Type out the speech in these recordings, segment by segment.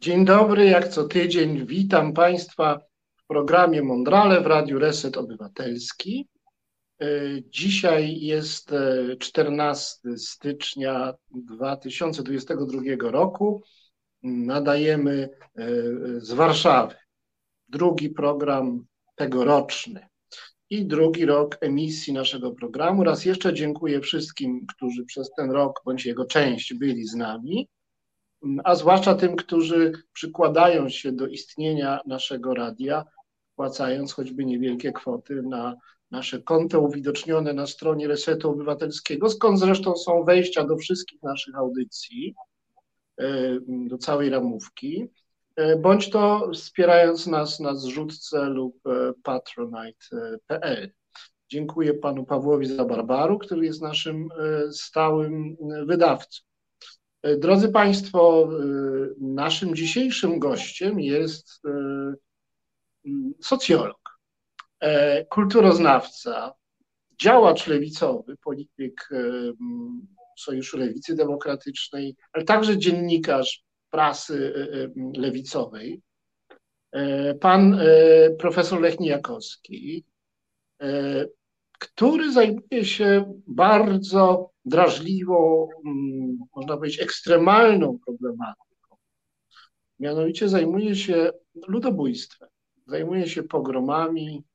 Dzień dobry, jak co tydzień witam Państwa w programie Mondrale w Radiu Reset Obywatelski. Dzisiaj jest 14 stycznia 2022 roku. Nadajemy z Warszawy. Drugi program tegoroczny i drugi rok emisji naszego programu. Raz jeszcze dziękuję wszystkim, którzy przez ten rok bądź jego część byli z nami, a zwłaszcza tym, którzy przykładają się do istnienia naszego radia, wpłacając choćby niewielkie kwoty na nasze konto uwidocznione na stronie Resetu Obywatelskiego, skąd zresztą są wejścia do wszystkich naszych audycji, do całej ramówki, bądź to wspierając nas na zrzutce lub patronite.pl. Dziękuję panu Pawłowi Zabarbaru, który jest naszym stałym wydawcą. Drodzy Państwo, naszym dzisiejszym gościem jest socjolog, kulturoznawca, działacz lewicowy, polityk Sojuszu Lewicy Demokratycznej, ale także dziennikarz prasy lewicowej, pan profesor Lech Nijakowski, który zajmuje się bardzo drażliwą, można powiedzieć, ekstremalną problematyką. Mianowicie zajmuje się ludobójstwem, zajmuje się pogromami,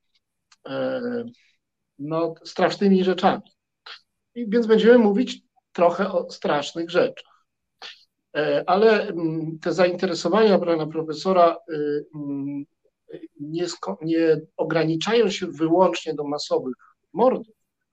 strasznymi rzeczami. I więc będziemy mówić trochę o strasznych rzeczach. Ale te zainteresowania pana profesora nie ograniczają się wyłącznie do masowych mordów,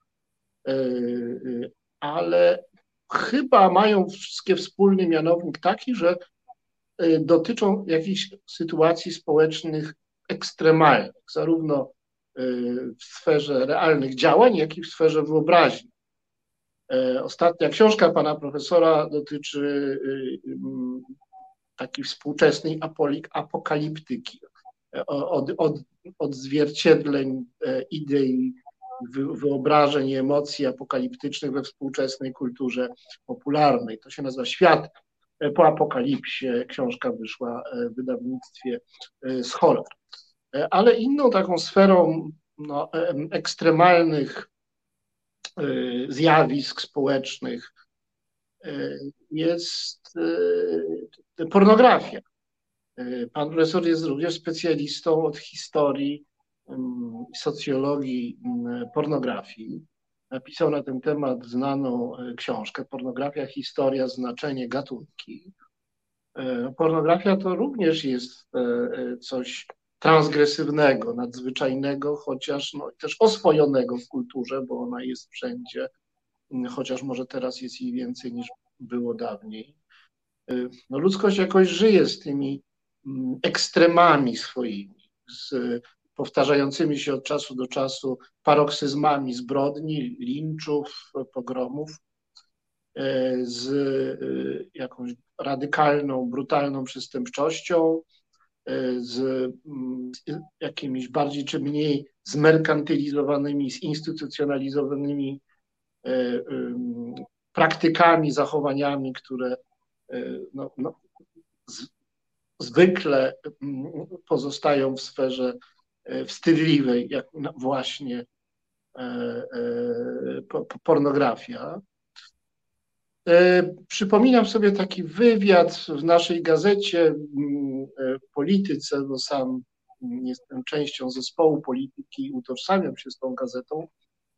ale chyba mają wszystkie wspólny mianownik taki, że dotyczą jakichś sytuacji społecznych ekstremalnych, zarówno w sferze realnych działań, jak i w sferze wyobraźni. Ostatnia książka pana profesora dotyczy takiej współczesnej apokaliptyki, odzwierciedleń idei, wyobrażeń i emocji apokaliptycznych we współczesnej kulturze popularnej. To się nazywa Świat po apokalipsie. Książka wyszła w wydawnictwie Scholar. Ale inną taką sferą ekstremalnych zjawisk społecznych jest pornografia. Pan profesor jest również specjalistą od historii i socjologii pornografii. Napisał na ten temat znaną książkę Pornografia, historia, znaczenie, gatunki. Pornografia to również jest coś transgresywnego, nadzwyczajnego, chociaż też oswojonego w kulturze, bo ona jest wszędzie, chociaż może teraz jest jej więcej niż było dawniej. Ludzkość jakoś żyje z tymi ekstremami swoimi, z powtarzającymi się od czasu do czasu paroksyzmami zbrodni, linczów, pogromów, z jakąś radykalną, brutalną przestępczością, z jakimiś bardziej czy mniej zmerkantylizowanymi, zinstytucjonalizowanymi praktykami, zachowaniami, które zwykle pozostają w sferze wstydliwej, jak właśnie pornografia. Przypominam sobie taki wywiad w naszej gazecie Polityce, bo sam jestem częścią zespołu polityki i utożsamiam się z tą gazetą,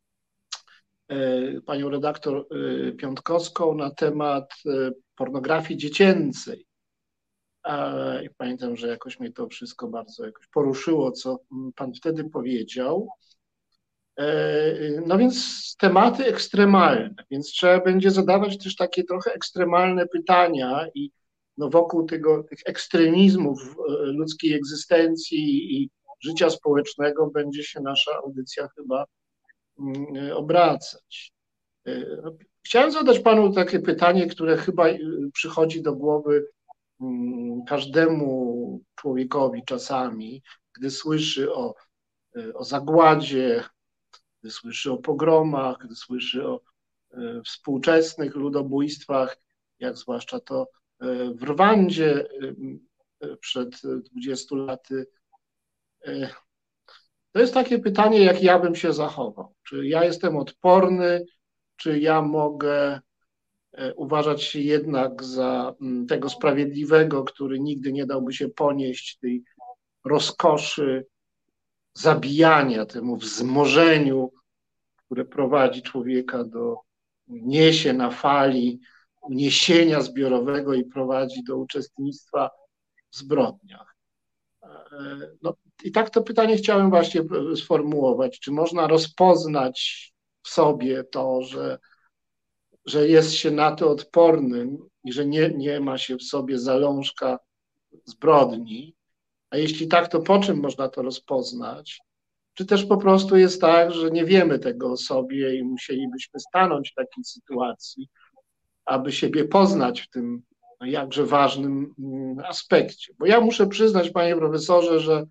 panią redaktor Piątkowską na temat pornografii dziecięcej. I pamiętam, że jakoś mnie to wszystko bardzo jakoś poruszyło, co pan wtedy powiedział. No więc tematy ekstremalne, więc trzeba będzie zadawać też takie trochę ekstremalne pytania i wokół tych ekstremizmów ludzkiej egzystencji i życia społecznego będzie się nasza audycja chyba obracać. Chciałem zadać panu takie pytanie, które chyba przychodzi do głowy każdemu człowiekowi czasami, gdy słyszy o zagładzie, gdy słyszy o pogromach, gdy słyszy o współczesnych ludobójstwach, jak zwłaszcza to w Rwandzie przed 20 laty. To jest takie pytanie, jak ja bym się zachował. Czy ja jestem odporny, czy ja mogę uważać się jednak za tego sprawiedliwego, który nigdy nie dałby się ponieść tej rozkoszy zabijania, temu wzmożeniu, które prowadzi człowieka niesie na fali uniesienia zbiorowego i prowadzi do uczestnictwa w zbrodniach. No, i tak to pytanie chciałem właśnie sformułować. Czy można rozpoznać w sobie to, że jest się na to odpornym i że nie ma się w sobie zalążka zbrodni? A jeśli tak, to po czym można to rozpoznać? Czy też po prostu jest tak, że nie wiemy tego o sobie i musielibyśmy stanąć w takiej sytuacji, aby siebie poznać w tym jakże ważnym aspekcie? Bo ja muszę przyznać, panie profesorze, że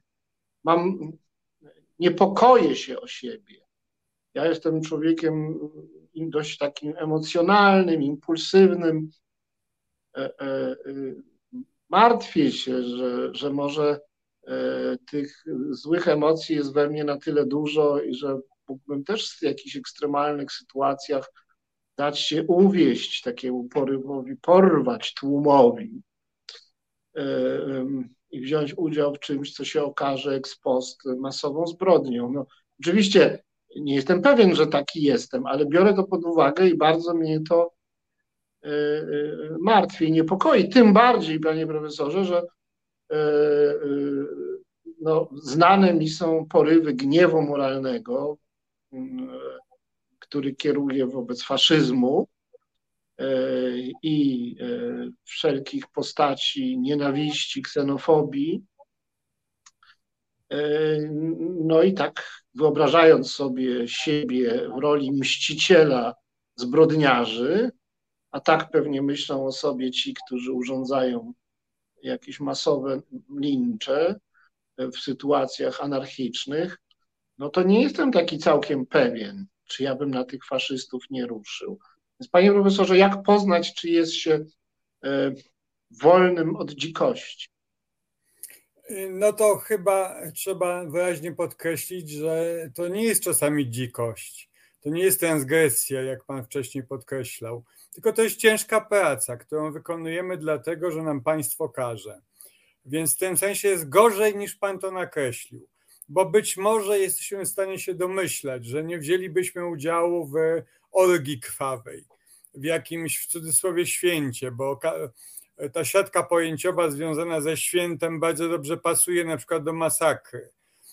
niepokoję się o siebie. Ja jestem człowiekiem dość takim emocjonalnym, impulsywnym. Martwię się, że może tych złych emocji jest we mnie na tyle dużo i że mógłbym też w jakichś ekstremalnych sytuacjach dać się uwieść takiemu porywowi, porwać tłumowi i wziąć udział w czymś, co się okaże ex post masową zbrodnią. No, oczywiście nie jestem pewien, że taki jestem, ale biorę to pod uwagę i bardzo mnie to martwi i niepokoi. Tym bardziej, panie profesorze, że no, znane mi są porywy gniewu moralnego, który kieruje wobec faszyzmu i wszelkich postaci nienawiści, ksenofobii. No i tak wyobrażając sobie siebie w roli mściciela zbrodniarzy, a tak pewnie myślą o sobie ci, którzy urządzają jakieś masowe lincze w sytuacjach anarchicznych, no to nie jestem taki całkiem pewien, czy ja bym na tych faszystów nie ruszył. Więc panie profesorze, jak poznać, czy jest się wolnym od dzikości? No to chyba trzeba wyraźnie podkreślić, że to nie jest czasami dzikość, to nie jest transgresja, jak pan wcześniej podkreślał, tylko to jest ciężka praca, którą wykonujemy dlatego, że nam państwo każe. Więc w tym sensie jest gorzej, niż pan to nakreślił, bo być może jesteśmy w stanie się domyślać, że nie wzięlibyśmy udziału w orgii krwawej, w jakimś w cudzysłowie święcie, bo ta siatka pojęciowa związana ze świętem bardzo dobrze pasuje na przykład do masakry.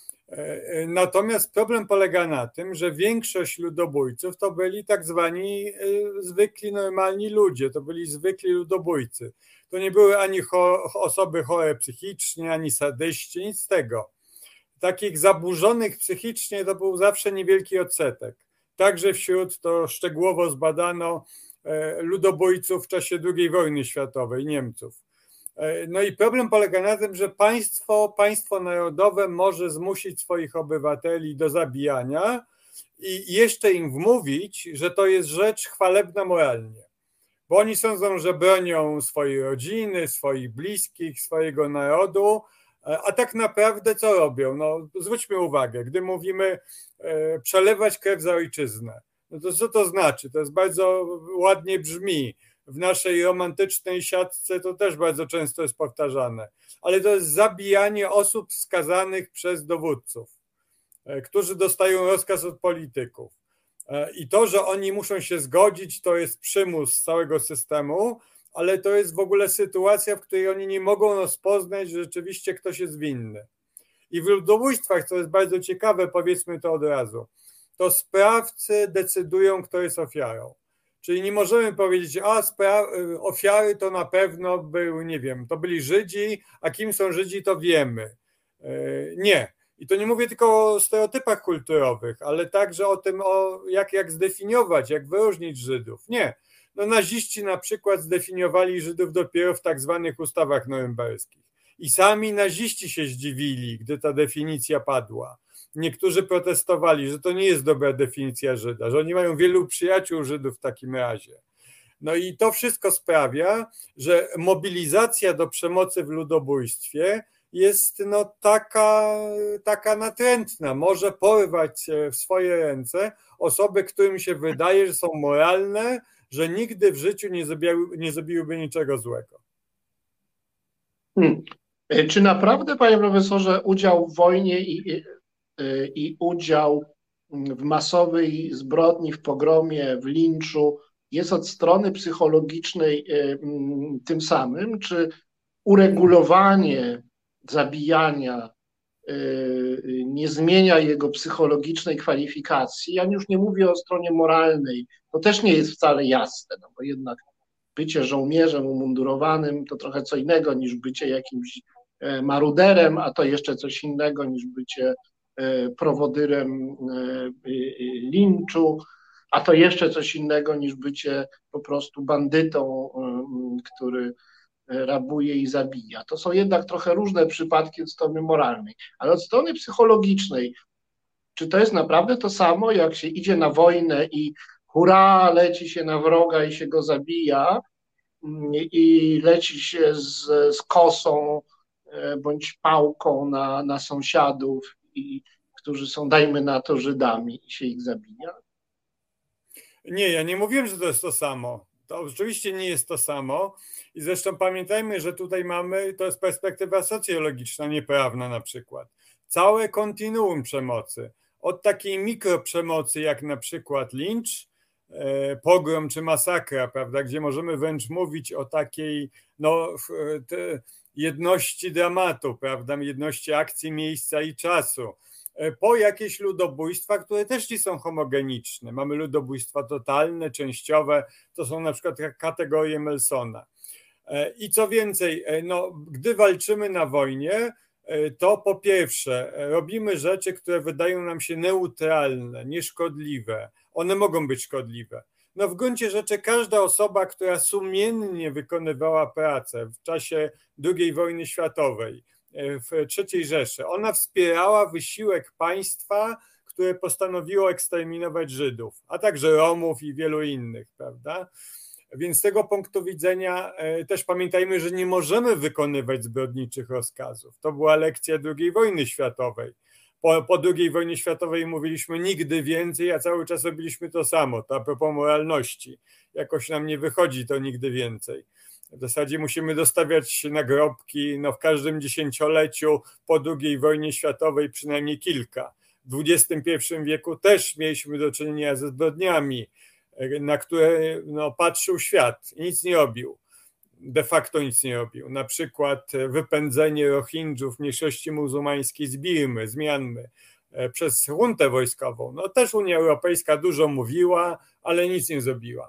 Natomiast problem polega na tym, że większość ludobójców to byli tak zwani zwykli, normalni ludzie, to byli zwykli ludobójcy. To nie były ani osoby chore psychicznie, ani sadyści, nic z tego. Takich zaburzonych psychicznie to był zawsze niewielki odsetek. Także wśród, to szczegółowo zbadano, ludobójców w czasie II wojny światowej, Niemców. No i problem polega na tym, że państwo narodowe może zmusić swoich obywateli do zabijania i jeszcze im wmówić, że to jest rzecz chwalebna moralnie. Bo oni sądzą, że bronią swojej rodziny, swoich bliskich, swojego narodu, a tak naprawdę co robią? No, zwróćmy uwagę, gdy mówimy przelewać krew za ojczyznę, no to co to znaczy? To jest bardzo ładnie brzmi. W naszej romantycznej siatce to też bardzo często jest powtarzane, ale to jest zabijanie osób skazanych przez dowódców, którzy dostają rozkaz od polityków. I to, że oni muszą się zgodzić, to jest przymus całego systemu, ale to jest w ogóle sytuacja, w której oni nie mogą rozpoznać, że rzeczywiście ktoś jest winny. I w ludobójstwach, co jest bardzo ciekawe, powiedzmy to od razu, to sprawcy decydują, kto jest ofiarą. Czyli nie możemy powiedzieć, ofiary to na pewno były, nie wiem, to byli Żydzi, a kim są Żydzi, to wiemy. Nie. I to nie mówię tylko o stereotypach kulturowych, ale także o tym, jak zdefiniować, jak wyróżnić Żydów. Nie. No naziści na przykład zdefiniowali Żydów dopiero w tak zwanych ustawach norymberskich. I sami naziści się zdziwili, gdy ta definicja padła. Niektórzy protestowali, że to nie jest dobra definicja Żyda, że oni mają wielu przyjaciół Żydów w takim razie. No i to wszystko sprawia, że mobilizacja do przemocy w ludobójstwie jest taka natrętna. Może porwać w swoje ręce osoby, którym się wydaje, że są moralne, że nigdy w życiu nie zrobiłyby niczego złego. Czy naprawdę, panie profesorze, udział w wojnie i udział w masowej zbrodni, w pogromie, w linczu jest od strony psychologicznej tym samym, czy uregulowanie zabijania nie zmienia jego psychologicznej kwalifikacji? Ja już nie mówię o stronie moralnej, to też nie jest wcale jasne, no bo jednak bycie żołnierzem umundurowanym to trochę co innego niż bycie jakimś maruderem, a to jeszcze coś innego niż bycie prowodyrem linczu, a to jeszcze coś innego niż bycie po prostu bandytą, który rabuje i zabija. To są jednak trochę różne przypadki od strony moralnej, ale od strony psychologicznej, czy to jest naprawdę to samo, jak się idzie na wojnę i hurra, leci się na wroga i się go zabija i leci się z kosą bądź pałką na sąsiadów, którzy są, dajmy na to, Żydami i się ich zabija? Nie, ja nie mówiłem, że to jest to samo. To oczywiście nie jest to samo i zresztą pamiętajmy, że tutaj mamy, to jest perspektywa socjologiczna, nieprawna na przykład. Całe kontinuum przemocy, od takiej mikroprzemocy jak na przykład lincz, pogrom czy masakra, prawda, gdzie możemy wręcz mówić o takiej jedności dramatu, prawda, jedności akcji, miejsca i czasu, po jakieś ludobójstwa, które też nie są homogeniczne. Mamy ludobójstwa totalne, częściowe, to są na przykład kategorie Melsona. I co więcej, gdy walczymy na wojnie, to po pierwsze robimy rzeczy, które wydają nam się neutralne, nieszkodliwe. One mogą być szkodliwe. No w gruncie rzeczy każda osoba, która sumiennie wykonywała pracę w czasie II wojny światowej, w III Rzeszy, ona wspierała wysiłek państwa, które postanowiło eksterminować Żydów, a także Romów i wielu innych, prawda? Więc z tego punktu widzenia też pamiętajmy, że nie możemy wykonywać zbrodniczych rozkazów. To była lekcja II wojny światowej. Po II wojnie światowej mówiliśmy nigdy więcej, a cały czas robiliśmy to samo. To a propos moralności. Jakoś nam nie wychodzi to nigdy więcej. W zasadzie musimy dostawiać nagrobki w każdym dziesięcioleciu po II wojnie światowej przynajmniej kilka. W XXI wieku też mieliśmy do czynienia ze zbrodniami, na które patrzył świat i nic nie robił. De facto nic nie robił. Na przykład wypędzenie Rohingjów, mniejszości muzułmańskiej z Birmy, z Mianmy, przez juntę wojskową. Też Unia Europejska dużo mówiła, ale nic nie zrobiła.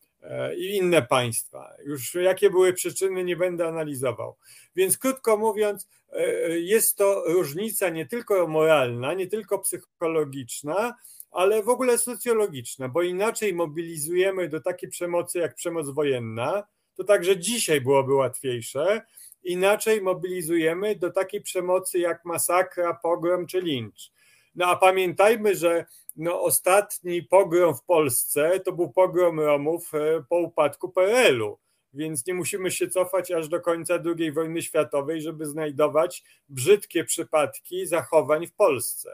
I inne państwa. Już jakie były przyczyny, nie będę analizował. Więc krótko mówiąc, jest to różnica nie tylko moralna, nie tylko psychologiczna, ale w ogóle socjologiczna, bo inaczej mobilizujemy do takiej przemocy jak przemoc wojenna, to także dzisiaj byłoby łatwiejsze, inaczej mobilizujemy do takiej przemocy jak masakra, pogrom czy lincz. A pamiętajmy, że ostatni pogrom w Polsce to był pogrom Romów po upadku PRL-u, więc nie musimy się cofać aż do końca II wojny światowej, żeby znajdować brzydkie przypadki zachowań w Polsce.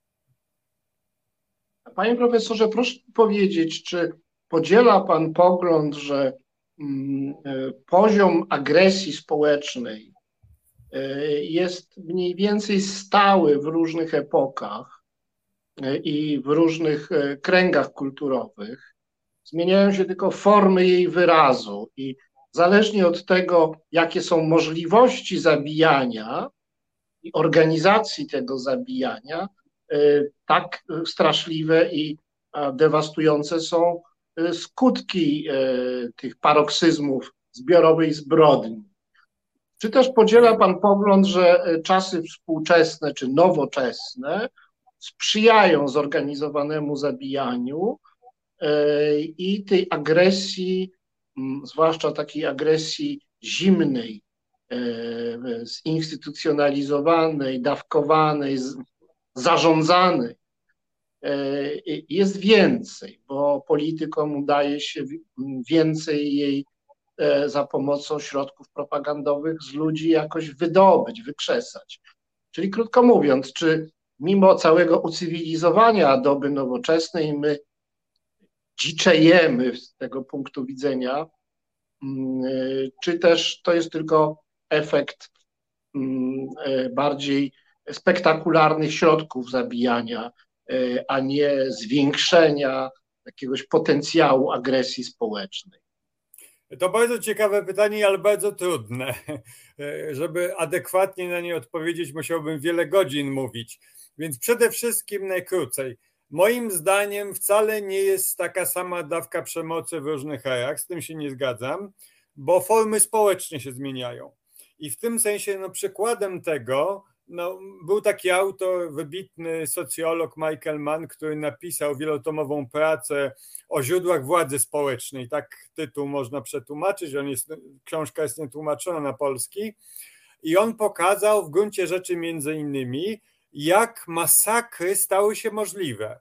Panie profesorze, proszę powiedzieć, czy podziela pan pogląd, że poziom agresji społecznej jest mniej więcej stały w różnych epokach i w różnych kręgach kulturowych? Zmieniają się tylko formy jej wyrazu i zależnie od tego, jakie są możliwości zabijania i organizacji tego zabijania, tak straszliwe i dewastujące są skutki tych paroksyzmów zbiorowej zbrodni. Czy też podziela pan pogląd, że czasy współczesne czy nowoczesne sprzyjają zorganizowanemu zabijaniu i tej agresji, zwłaszcza takiej agresji zimnej, zinstytucjonalizowanej, dawkowanej, zarządzanej jest więcej, bo politykom udaje się więcej jej za pomocą środków propagandowych z ludzi jakoś wydobyć, wykrzesać. Czyli krótko mówiąc, czy mimo całego ucywilizowania doby nowoczesnej my dziczejemy z tego punktu widzenia, czy też to jest tylko efekt bardziej spektakularnych środków zabijania, a nie zwiększenia jakiegoś potencjału agresji społecznej? To bardzo ciekawe pytanie, ale bardzo trudne. Żeby adekwatnie na nie odpowiedzieć, musiałbym wiele godzin mówić. Więc przede wszystkim najkrócej. Moim zdaniem wcale nie jest taka sama dawka przemocy w różnych erach, z tym się nie zgadzam, bo formy społeczne się zmieniają. I w tym sensie przykładem tego był taki autor, wybitny socjolog Michael Mann, który napisał wielotomową pracę o źródłach władzy społecznej. Tak tytuł można przetłumaczyć, książka jest nietłumaczona na polski. I on pokazał w gruncie rzeczy między innymi, jak masakry stały się możliwe.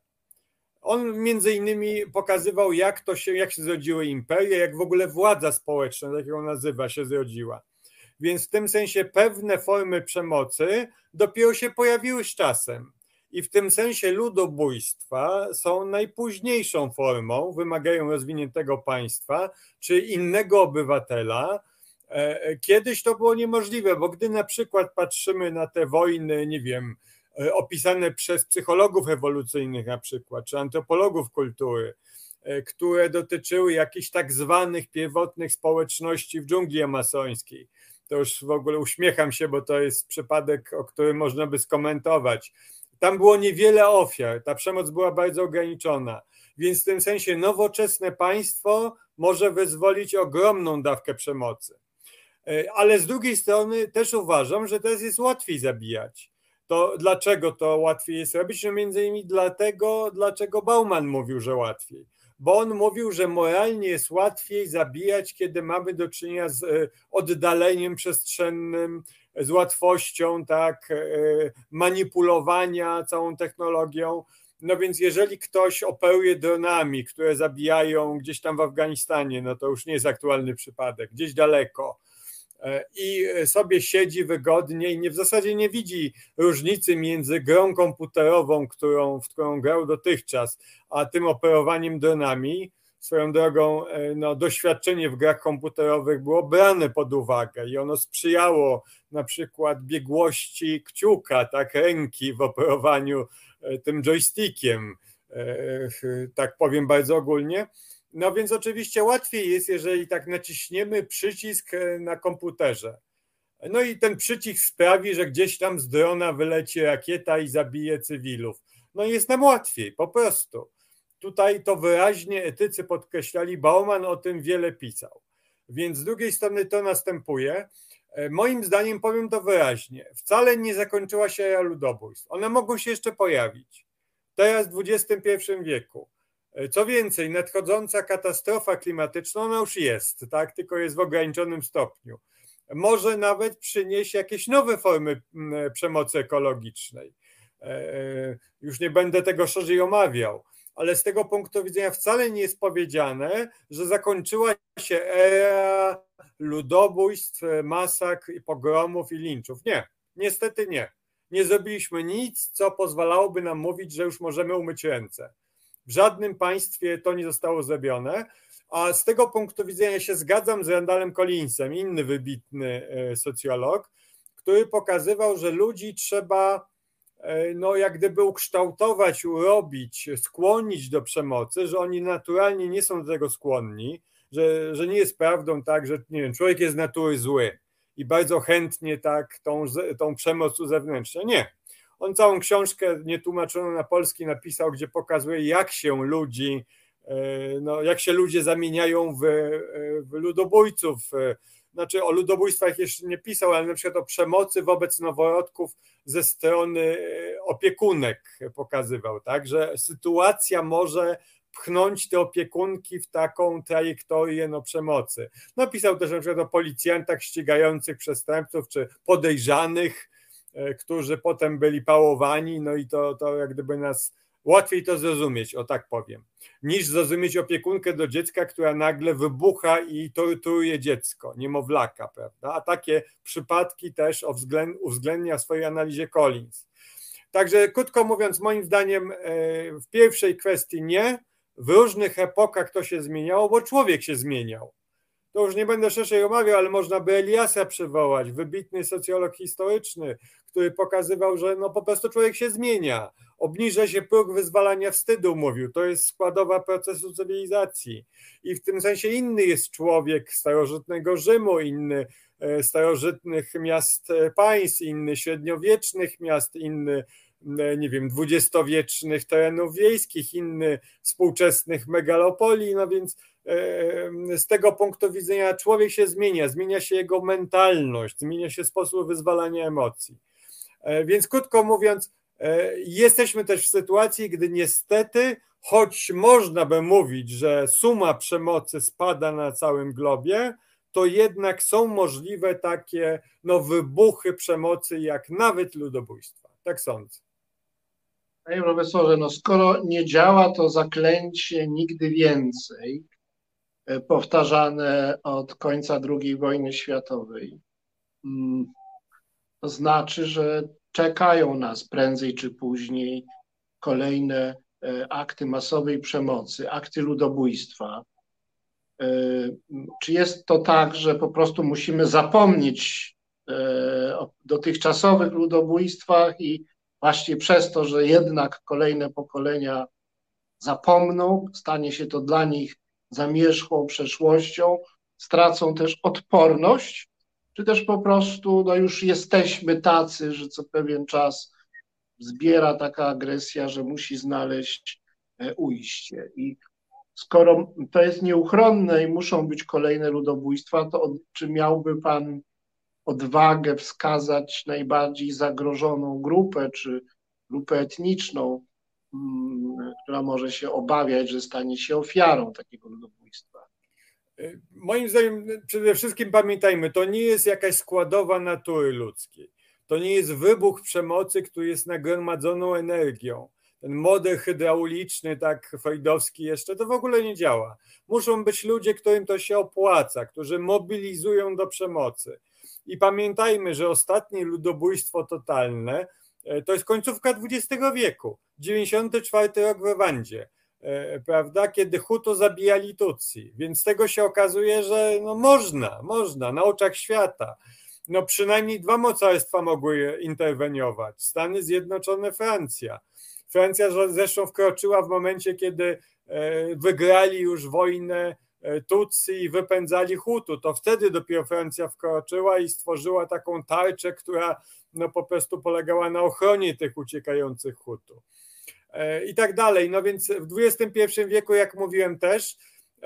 On między innymi pokazywał, jak się zrodziły imperia, jak w ogóle władza społeczna, tak ją nazywa, się zrodziła. Więc w tym sensie pewne formy przemocy dopiero się pojawiły z czasem. I w tym sensie ludobójstwa są najpóźniejszą formą, wymagają rozwiniętego państwa czy innego obywatela. Kiedyś to było niemożliwe, bo gdy na przykład patrzymy na te wojny, nie wiem, opisane przez psychologów ewolucyjnych na przykład, czy antropologów kultury, które dotyczyły jakichś tak zwanych pierwotnych społeczności w dżungli amazońskiej. To już w ogóle uśmiecham się, bo to jest przypadek, o którym można by skomentować. Tam było niewiele ofiar, ta przemoc była bardzo ograniczona, więc w tym sensie nowoczesne państwo może wyzwolić ogromną dawkę przemocy. Ale z drugiej strony też uważam, że teraz jest łatwiej zabijać. To dlaczego to łatwiej jest robić? No między innymi dlaczego Bauman mówił, że łatwiej. Bo on mówił, że moralnie jest łatwiej zabijać, kiedy mamy do czynienia z oddaleniem przestrzennym, z łatwością manipulowania całą technologią. No więc jeżeli ktoś operuje dronami, które zabijają gdzieś tam w Afganistanie, no to już nie jest aktualny przypadek, gdzieś daleko, i sobie siedzi wygodnie i w zasadzie nie widzi różnicy między grą komputerową, w którą grał dotychczas, a tym operowaniem dronami. Swoją drogą doświadczenie w grach komputerowych było brane pod uwagę i ono sprzyjało na przykład biegłości kciuka, ręki w operowaniu tym joystickiem, tak powiem bardzo ogólnie. No więc oczywiście łatwiej jest, jeżeli naciśniemy przycisk na komputerze. No i ten przycisk sprawi, że gdzieś tam z drona wyleci rakieta i zabije cywilów. No jest nam łatwiej, po prostu. Tutaj to wyraźnie etycy podkreślali, Bauman o tym wiele pisał. Więc z drugiej strony to następuje. Moim zdaniem, powiem to wyraźnie, wcale nie zakończyła się era ludobójstw. One mogą się jeszcze pojawić. Teraz w XXI wieku. Co więcej, nadchodząca katastrofa klimatyczna, ona już jest, tylko jest w ograniczonym stopniu. Może nawet przynieść jakieś nowe formy przemocy ekologicznej. Już nie będę tego szerzej omawiał, ale z tego punktu widzenia wcale nie jest powiedziane, że zakończyła się era ludobójstw, masakr, pogromów i linczów. Nie, niestety nie. Nie zrobiliśmy nic, co pozwalałoby nam mówić, że już możemy umyć ręce. W żadnym państwie to nie zostało zrobione, a z tego punktu widzenia się zgadzam z Randallem Collinsem, inny wybitny socjolog, który pokazywał, że ludzi trzeba jak gdyby ukształtować, urobić, skłonić do przemocy, że oni naturalnie nie są do tego skłonni, że nie jest prawdą że nie wiem, człowiek jest z natury zły i bardzo chętnie tą przemoc uzewnętrznia. Nie. On całą książkę nietłumaczoną na polski napisał, gdzie pokazuje, jak się ludzie zamieniają w ludobójców. Znaczy o ludobójstwach jeszcze nie pisał, ale na przykład o przemocy wobec noworodków ze strony opiekunek pokazywał, że sytuacja może pchnąć te opiekunki w taką trajektorię przemocy. Napisał też na przykład o policjantach ścigających przestępców czy podejrzanych, którzy potem byli pałowani, no i to jak gdyby nas Łatwiej to zrozumieć, o tak powiem, niż zrozumieć opiekunkę do dziecka, która nagle wybucha i torturuje dziecko, niemowlaka, prawda? A takie przypadki też uwzględnia w swojej analizie Collins. Także krótko mówiąc, moim zdaniem w pierwszej kwestii nie, w różnych epokach to się zmieniało, bo człowiek się zmieniał. To już nie będę szerzej omawiał, ale można by Eliasa przywołać, wybitny socjolog historyczny, który pokazywał, że no po prostu człowiek się zmienia. Obniża się próg wyzwalania wstydu, mówił. To jest składowa procesu cywilizacji. I w tym sensie inny jest człowiek starożytnego Rzymu, inny starożytnych miast państw, inny średniowiecznych miast, inny, nie wiem, dwudziestowiecznych terenów wiejskich, inny współczesnych megalopolii, no więc z tego punktu widzenia człowiek się zmienia się jego mentalność, zmienia się sposób wyzwalania emocji. Więc krótko mówiąc, jesteśmy też w sytuacji, gdy niestety, choć można by mówić, że suma przemocy spada na całym globie, to jednak są możliwe takie wybuchy przemocy, jak nawet ludobójstwa. Tak sądzę. Panie profesorze, no skoro nie działa to zaklęcie nigdy więcej, powtarzane od końca II wojny światowej, to znaczy, że czekają nas prędzej czy później kolejne akty masowej przemocy, akty ludobójstwa. Czy jest to tak, że po prostu musimy zapomnieć o dotychczasowych ludobójstwach i właśnie przez to, że jednak kolejne pokolenia zapomną, stanie się to dla nich zamierzchłą przeszłością, stracą też odporność, czy też po prostu już jesteśmy tacy, że co pewien czas zbiera taka agresja, że musi znaleźć ujście. I skoro to jest nieuchronne i muszą być kolejne ludobójstwa, to czy miałby Pan odwagę wskazać najbardziej zagrożoną grupę, czy grupę etniczną, która może się obawiać, że stanie się ofiarą takiego ludobójstwa? Moim zdaniem przede wszystkim pamiętajmy, to nie jest jakaś składowa natury ludzkiej. To nie jest wybuch przemocy, który jest nagromadzoną energią. Ten model hydrauliczny, tak freudowski jeszcze, to w ogóle nie działa. Muszą być ludzie, którym to się opłaca, którzy mobilizują do przemocy. I pamiętajmy, że ostatnie ludobójstwo totalne to jest końcówka XX wieku, 94 rok w Rwandzie, prawda, kiedy Hutu zabijali Tutsi. Więc z tego się okazuje, że można na oczach świata. Przynajmniej dwa mocarstwa mogły interweniować. Stany Zjednoczone, Francja. Francja zresztą wkroczyła w momencie, kiedy wygrali już wojnę Tutsi i wypędzali Hutu. To wtedy dopiero Francja wkroczyła i stworzyła taką tarczę, która po prostu polegała na ochronie tych uciekających Hutu. I tak dalej. No więc w XXI wieku, jak mówiłem też,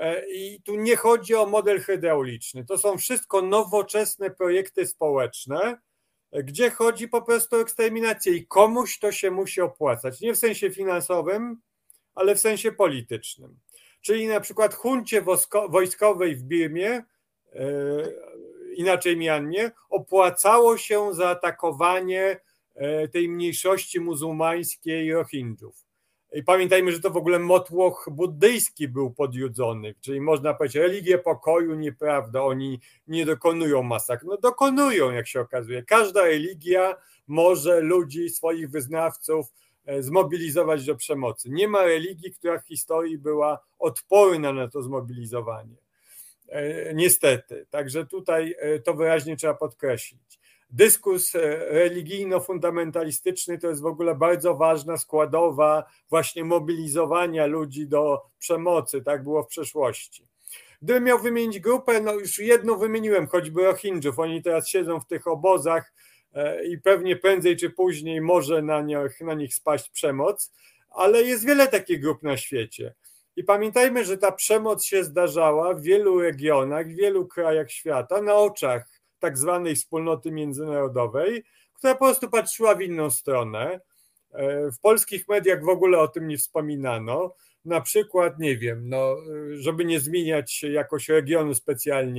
i tu nie chodzi o model hydrauliczny. To są wszystko nowoczesne projekty społeczne, gdzie chodzi po prostu o eksterminację i komuś to się musi opłacać. Nie w sensie finansowym, ale w sensie politycznym. Czyli na przykład huncie wojskowej w Birmie, inaczej Mianmie, opłacało się zaatakowanie tej mniejszości muzułmańskiej Rohingjów. I pamiętajmy, że to w ogóle motłoch buddyjski był podjudzony, czyli można powiedzieć, religię pokoju, nieprawda, oni nie dokonują masakr. Dokonują, jak się okazuje. Każda religia może ludzi, swoich wyznawców zmobilizować do przemocy. Nie ma religii, która w historii była odporna na to zmobilizowanie. Niestety. Także tutaj to wyraźnie trzeba podkreślić. Dyskurs religijno-fundamentalistyczny to jest w ogóle bardzo ważna składowa właśnie mobilizowania ludzi do przemocy. Tak było w przeszłości. Gdybym miał wymienić grupę, już jedną wymieniłem, choćby Rohingjów. Oni teraz siedzą w tych obozach i pewnie prędzej czy później może na nich spaść przemoc, ale jest wiele takich grup na świecie. I pamiętajmy, że ta przemoc się zdarzała w wielu regionach, w wielu krajach świata na oczach tak zwanej wspólnoty międzynarodowej, która po prostu patrzyła w inną stronę. W polskich mediach w ogóle o tym nie wspominano. Na przykład, nie wiem, żeby nie zmieniać jakoś regionu specjalnie,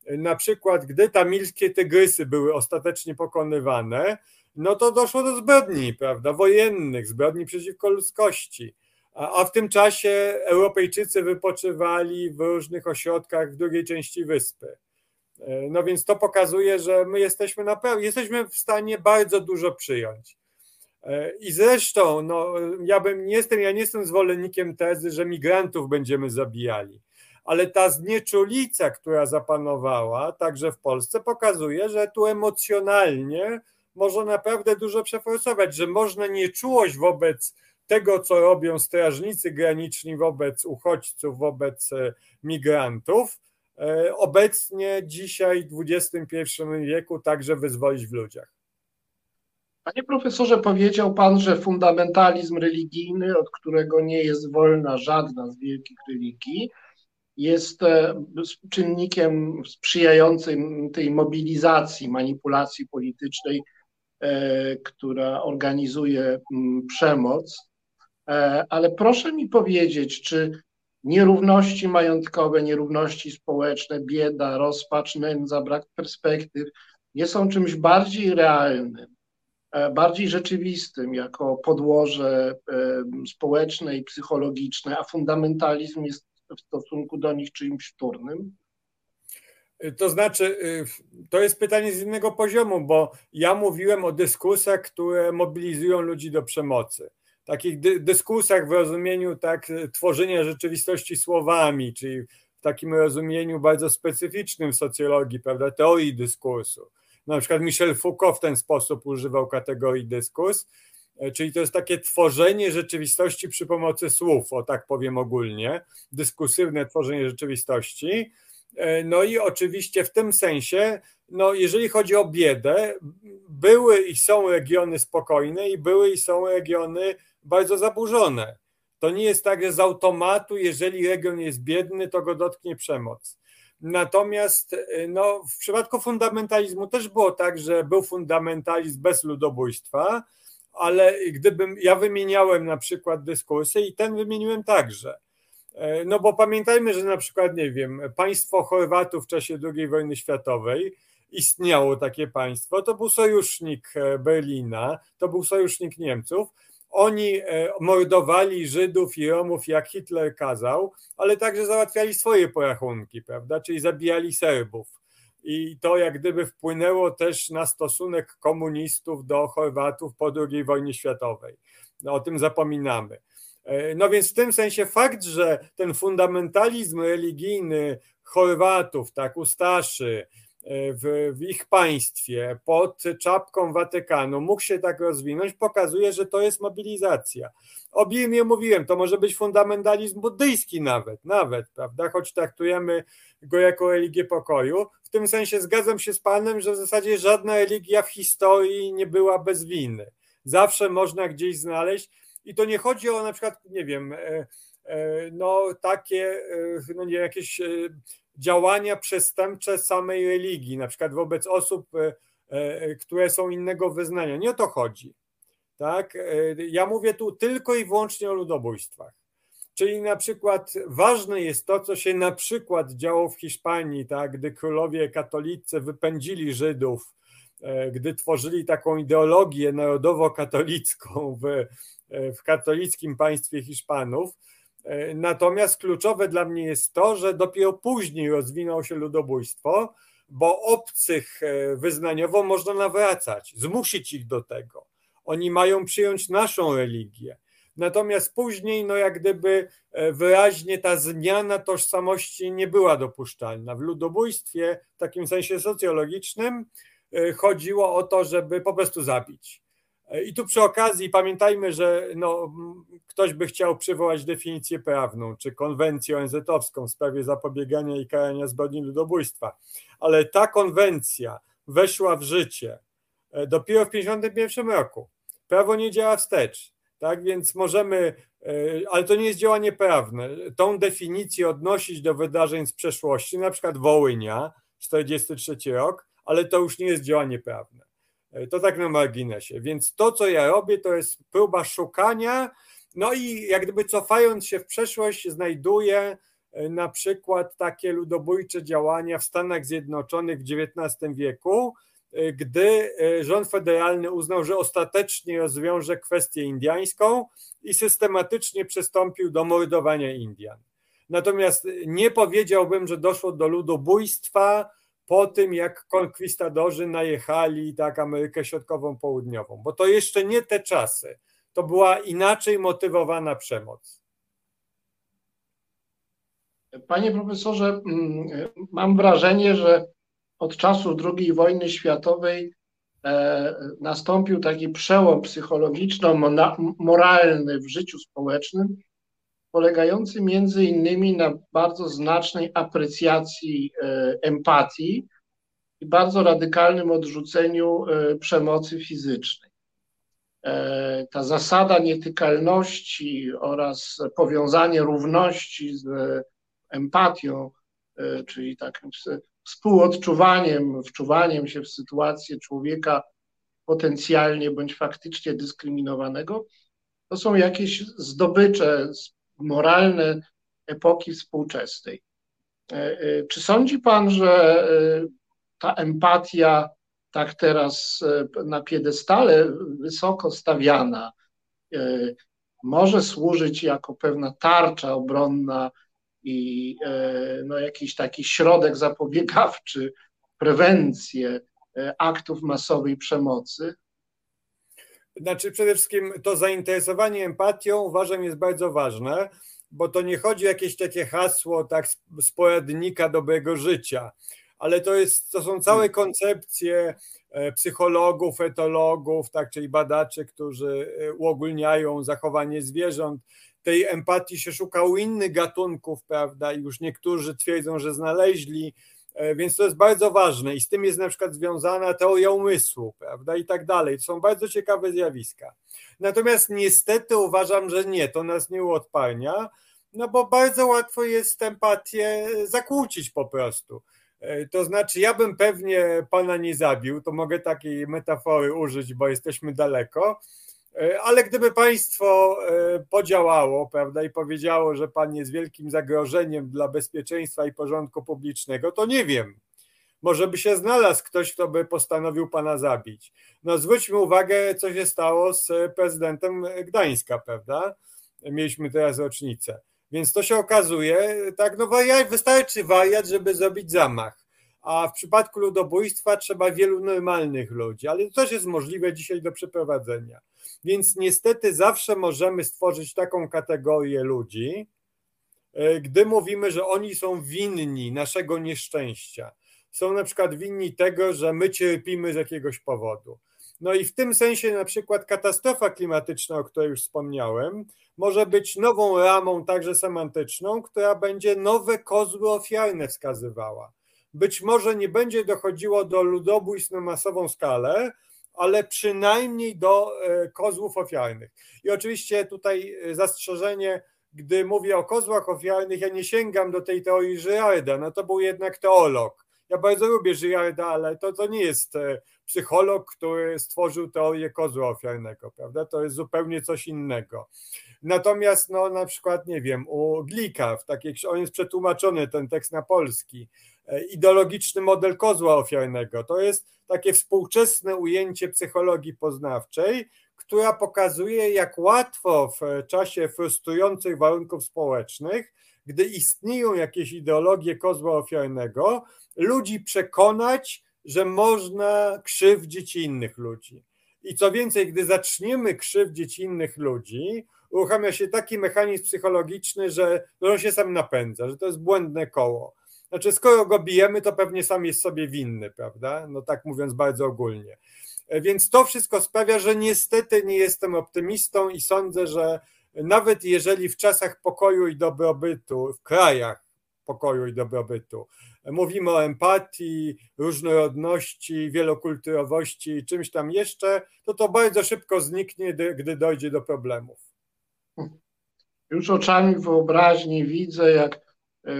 na przykład gdy tamilskie tygrysy były ostatecznie pokonywane, no to doszło do zbrodni, prawda, wojennych, zbrodni przeciwko ludzkości. A w tym czasie Europejczycy wypoczywali w różnych ośrodkach w drugiej części wyspy. No więc to pokazuje, że my jesteśmy w stanie bardzo dużo przyjąć. I zresztą no, ja nie jestem zwolennikiem tezy, że migrantów będziemy zabijali, ale ta znieczulica, która zapanowała także w Polsce, pokazuje, że tu emocjonalnie można naprawdę dużo przeforsować, że można nieczułość wobec tego, co robią strażnicy graniczni wobec uchodźców, wobec migrantów, obecnie dzisiaj w XXI wieku także wyzwolić w ludziach. Panie profesorze, powiedział pan, że fundamentalizm religijny, od którego nie jest wolna żadna z wielkich religii, jest czynnikiem sprzyjającym tej mobilizacji, manipulacji politycznej, która organizuje przemoc. Ale proszę mi powiedzieć, czy nierówności majątkowe, nierówności społeczne, bieda, rozpacz, nędza, brak perspektyw nie są czymś bardziej realnym, bardziej rzeczywistym jako podłoże społeczne i psychologiczne, a fundamentalizm jest w stosunku do nich czymś wtórnym? To znaczy, to jest pytanie z innego poziomu, bo ja mówiłem o dyskursach, które mobilizują ludzi do przemocy. Takich dyskursach w rozumieniu tworzenia rzeczywistości słowami, czyli w takim rozumieniu bardzo specyficznym w socjologii, prawda, teorii dyskursu. Na przykład Michel Foucault w ten sposób używał kategorii dyskurs, czyli to jest takie tworzenie rzeczywistości przy pomocy słów, o tak powiem ogólnie, dyskursywne tworzenie rzeczywistości. No i oczywiście w tym sensie, no jeżeli chodzi o biedę, były i są regiony spokojne i były i są regiony bardzo zaburzone. To nie jest tak, że z automatu, jeżeli region jest biedny, to go dotknie przemoc. Natomiast no, w przypadku fundamentalizmu też było tak, że był fundamentalizm bez ludobójstwa, ale ja wymieniałem na przykład dyskursy i ten wymieniłem także. No bo pamiętajmy, że na przykład, nie wiem, państwo Chorwatów w czasie II wojny światowej, istniało takie państwo, to był sojusznik Berlina, to był sojusznik Niemców. Oni mordowali Żydów i Romów, jak Hitler kazał, ale także załatwiali swoje porachunki, prawda, czyli zabijali Serbów. I to jak gdyby wpłynęło też na stosunek komunistów do Chorwatów po II wojnie światowej. No, o tym zapominamy. No więc w tym sensie fakt, że ten fundamentalizm religijny Chorwatów, tak, ustaszy w ich państwie pod czapką Watykanu mógł się tak rozwinąć, pokazuje, że to jest mobilizacja. O Birmie mówiłem, to może być fundamentalizm buddyjski nawet, prawda, choć traktujemy go jako religię pokoju. W tym sensie zgadzam się z panem, że w zasadzie żadna religia w historii nie była bez winy. Zawsze można gdzieś znaleźć. I to nie chodzi o na przykład, nie wiem, no takie, no nie, jakieś działania przestępcze samej religii, na przykład wobec osób, które są innego wyznania. Nie o to chodzi. Tak? Ja mówię tu tylko i wyłącznie o ludobójstwach. Czyli na przykład ważne jest to, co się na przykład działo w Hiszpanii, tak? Gdy królowie katolicy wypędzili Żydów, gdy tworzyli taką ideologię narodowo-katolicką w katolickim państwie Hiszpanów. Natomiast kluczowe dla mnie jest to, że dopiero później rozwinęło się ludobójstwo, bo obcych wyznaniowo można nawracać, zmusić ich do tego. Oni mają przyjąć naszą religię. Natomiast później, no jak gdyby wyraźnie ta zmiana tożsamości nie była dopuszczalna. W ludobójstwie, w takim sensie socjologicznym, chodziło o to, żeby po prostu zabić. I tu przy okazji pamiętajmy, że no, ktoś by chciał przywołać definicję prawną, czy konwencję ONZ-owską w sprawie zapobiegania i karania zbrodni ludobójstwa, ale ta konwencja weszła w życie dopiero w 1951 roku. Prawo nie działa wstecz, tak, więc możemy, ale to nie jest działanie prawne, tą definicję odnosić do wydarzeń z przeszłości, na przykład Wołynia, 1943 rok, ale to już nie jest działanie prawne. To tak na marginesie. Więc to, co ja robię, to jest próba szukania, no i jak gdyby cofając się w przeszłość, znajduję na przykład takie ludobójcze działania w Stanach Zjednoczonych w XIX wieku, gdy rząd federalny uznał, że ostatecznie rozwiąże kwestię indiańską i systematycznie przystąpił do mordowania Indian. Natomiast nie powiedziałbym, że doszło do ludobójstwa po tym, jak konkwistadorzy najechali tak Amerykę Środkową, Południową, bo to jeszcze nie te czasy. To była inaczej motywowana przemoc. Panie profesorze, mam wrażenie, że od czasów II wojny światowej nastąpił taki przełom psychologiczno-moralny w życiu społecznym, polegający między innymi na bardzo znacznej aprecjacji empatii i bardzo radykalnym odrzuceniu przemocy fizycznej. Ta zasada nietykalności oraz powiązanie równości z empatią, czyli takim współodczuwaniem, wczuwaniem się w sytuację człowieka potencjalnie bądź faktycznie dyskryminowanego, to są jakieś zdobycze moralne epoki współczesnej. Czy sądzi pan, że ta empatia tak teraz na piedestale wysoko stawiana może służyć jako pewna tarcza obronna i jakiś taki środek zapobiegawczy, prewencję aktów masowej przemocy? Znaczy przede wszystkim to zainteresowanie empatią uważam jest bardzo ważne, bo to nie chodzi o jakieś takie hasło tak z poradnika dobrego życia, ale to są całe koncepcje psychologów, etologów, tak, czyli badaczy, którzy uogólniają zachowanie zwierząt. Tej empatii się szuka u innych gatunków, prawda, i już niektórzy twierdzą, że znaleźli, więc to jest bardzo ważne i z tym jest na przykład związana teoria umysłu, prawda, i tak dalej. To są bardzo ciekawe zjawiska. Natomiast niestety uważam, że nie, to nas nie uodparnia, no bo bardzo łatwo jest empatię zakłócić po prostu. To znaczy, ja bym pewnie pana nie zabił, to mogę takiej metafory użyć, bo jesteśmy daleko, ale gdyby państwo podziałało, prawda, i powiedziało, że pan jest wielkim zagrożeniem dla bezpieczeństwa i porządku publicznego, to nie wiem. Może by się znalazł ktoś, kto by postanowił pana zabić. No zwróćmy uwagę, co się stało z prezydentem Gdańska, prawda? Mieliśmy teraz rocznicę. Więc to się okazuje, tak, no wystarczy wariat, żeby zrobić zamach. A w przypadku ludobójstwa trzeba wielu normalnych ludzi, ale to też jest możliwe dzisiaj do przeprowadzenia. Więc niestety zawsze możemy stworzyć taką kategorię ludzi, gdy mówimy, że oni są winni naszego nieszczęścia. Są na przykład winni tego, że my cierpimy z jakiegoś powodu. No i w tym sensie na przykład katastrofa klimatyczna, o której już wspomniałem, może być nową ramą także semantyczną, która będzie nowe kozły ofiarne wskazywała. Być może nie będzie dochodziło do ludobójstw na masową skalę, ale przynajmniej do kozłów ofiarnych. I oczywiście tutaj zastrzeżenie, gdy mówię o kozłach ofiarnych, ja nie sięgam do tej teorii Girarda, no to był jednak teolog. Ja bardzo lubię Girarda, ale to nie jest psycholog, który stworzył teorię kozła ofiarnego, prawda? To jest zupełnie coś innego. Natomiast no, na przykład, nie wiem, u Glika, on jest przetłumaczony, ten tekst na polski, ideologiczny model kozła ofiarnego. To jest takie współczesne ujęcie psychologii poznawczej, która pokazuje, jak łatwo w czasie frustrujących warunków społecznych, gdy istnieją jakieś ideologie kozła ofiarnego, ludzi przekonać, że można krzywdzić innych ludzi. I co więcej, gdy zaczniemy krzywdzić innych ludzi, uruchamia się taki mechanizm psychologiczny, że on się sam napędza, że to jest błędne koło. Znaczy, skoro go bijemy, to pewnie sam jest sobie winny, prawda? No tak mówiąc bardzo ogólnie. Więc to wszystko sprawia, że niestety nie jestem optymistą i sądzę, że nawet jeżeli w czasach pokoju i dobrobytu, w krajach pokoju i dobrobytu, mówimy o empatii, różnorodności, wielokulturowości i czymś tam jeszcze, to bardzo szybko zniknie, gdy dojdzie do problemów. Już oczami wyobraźni widzę, jak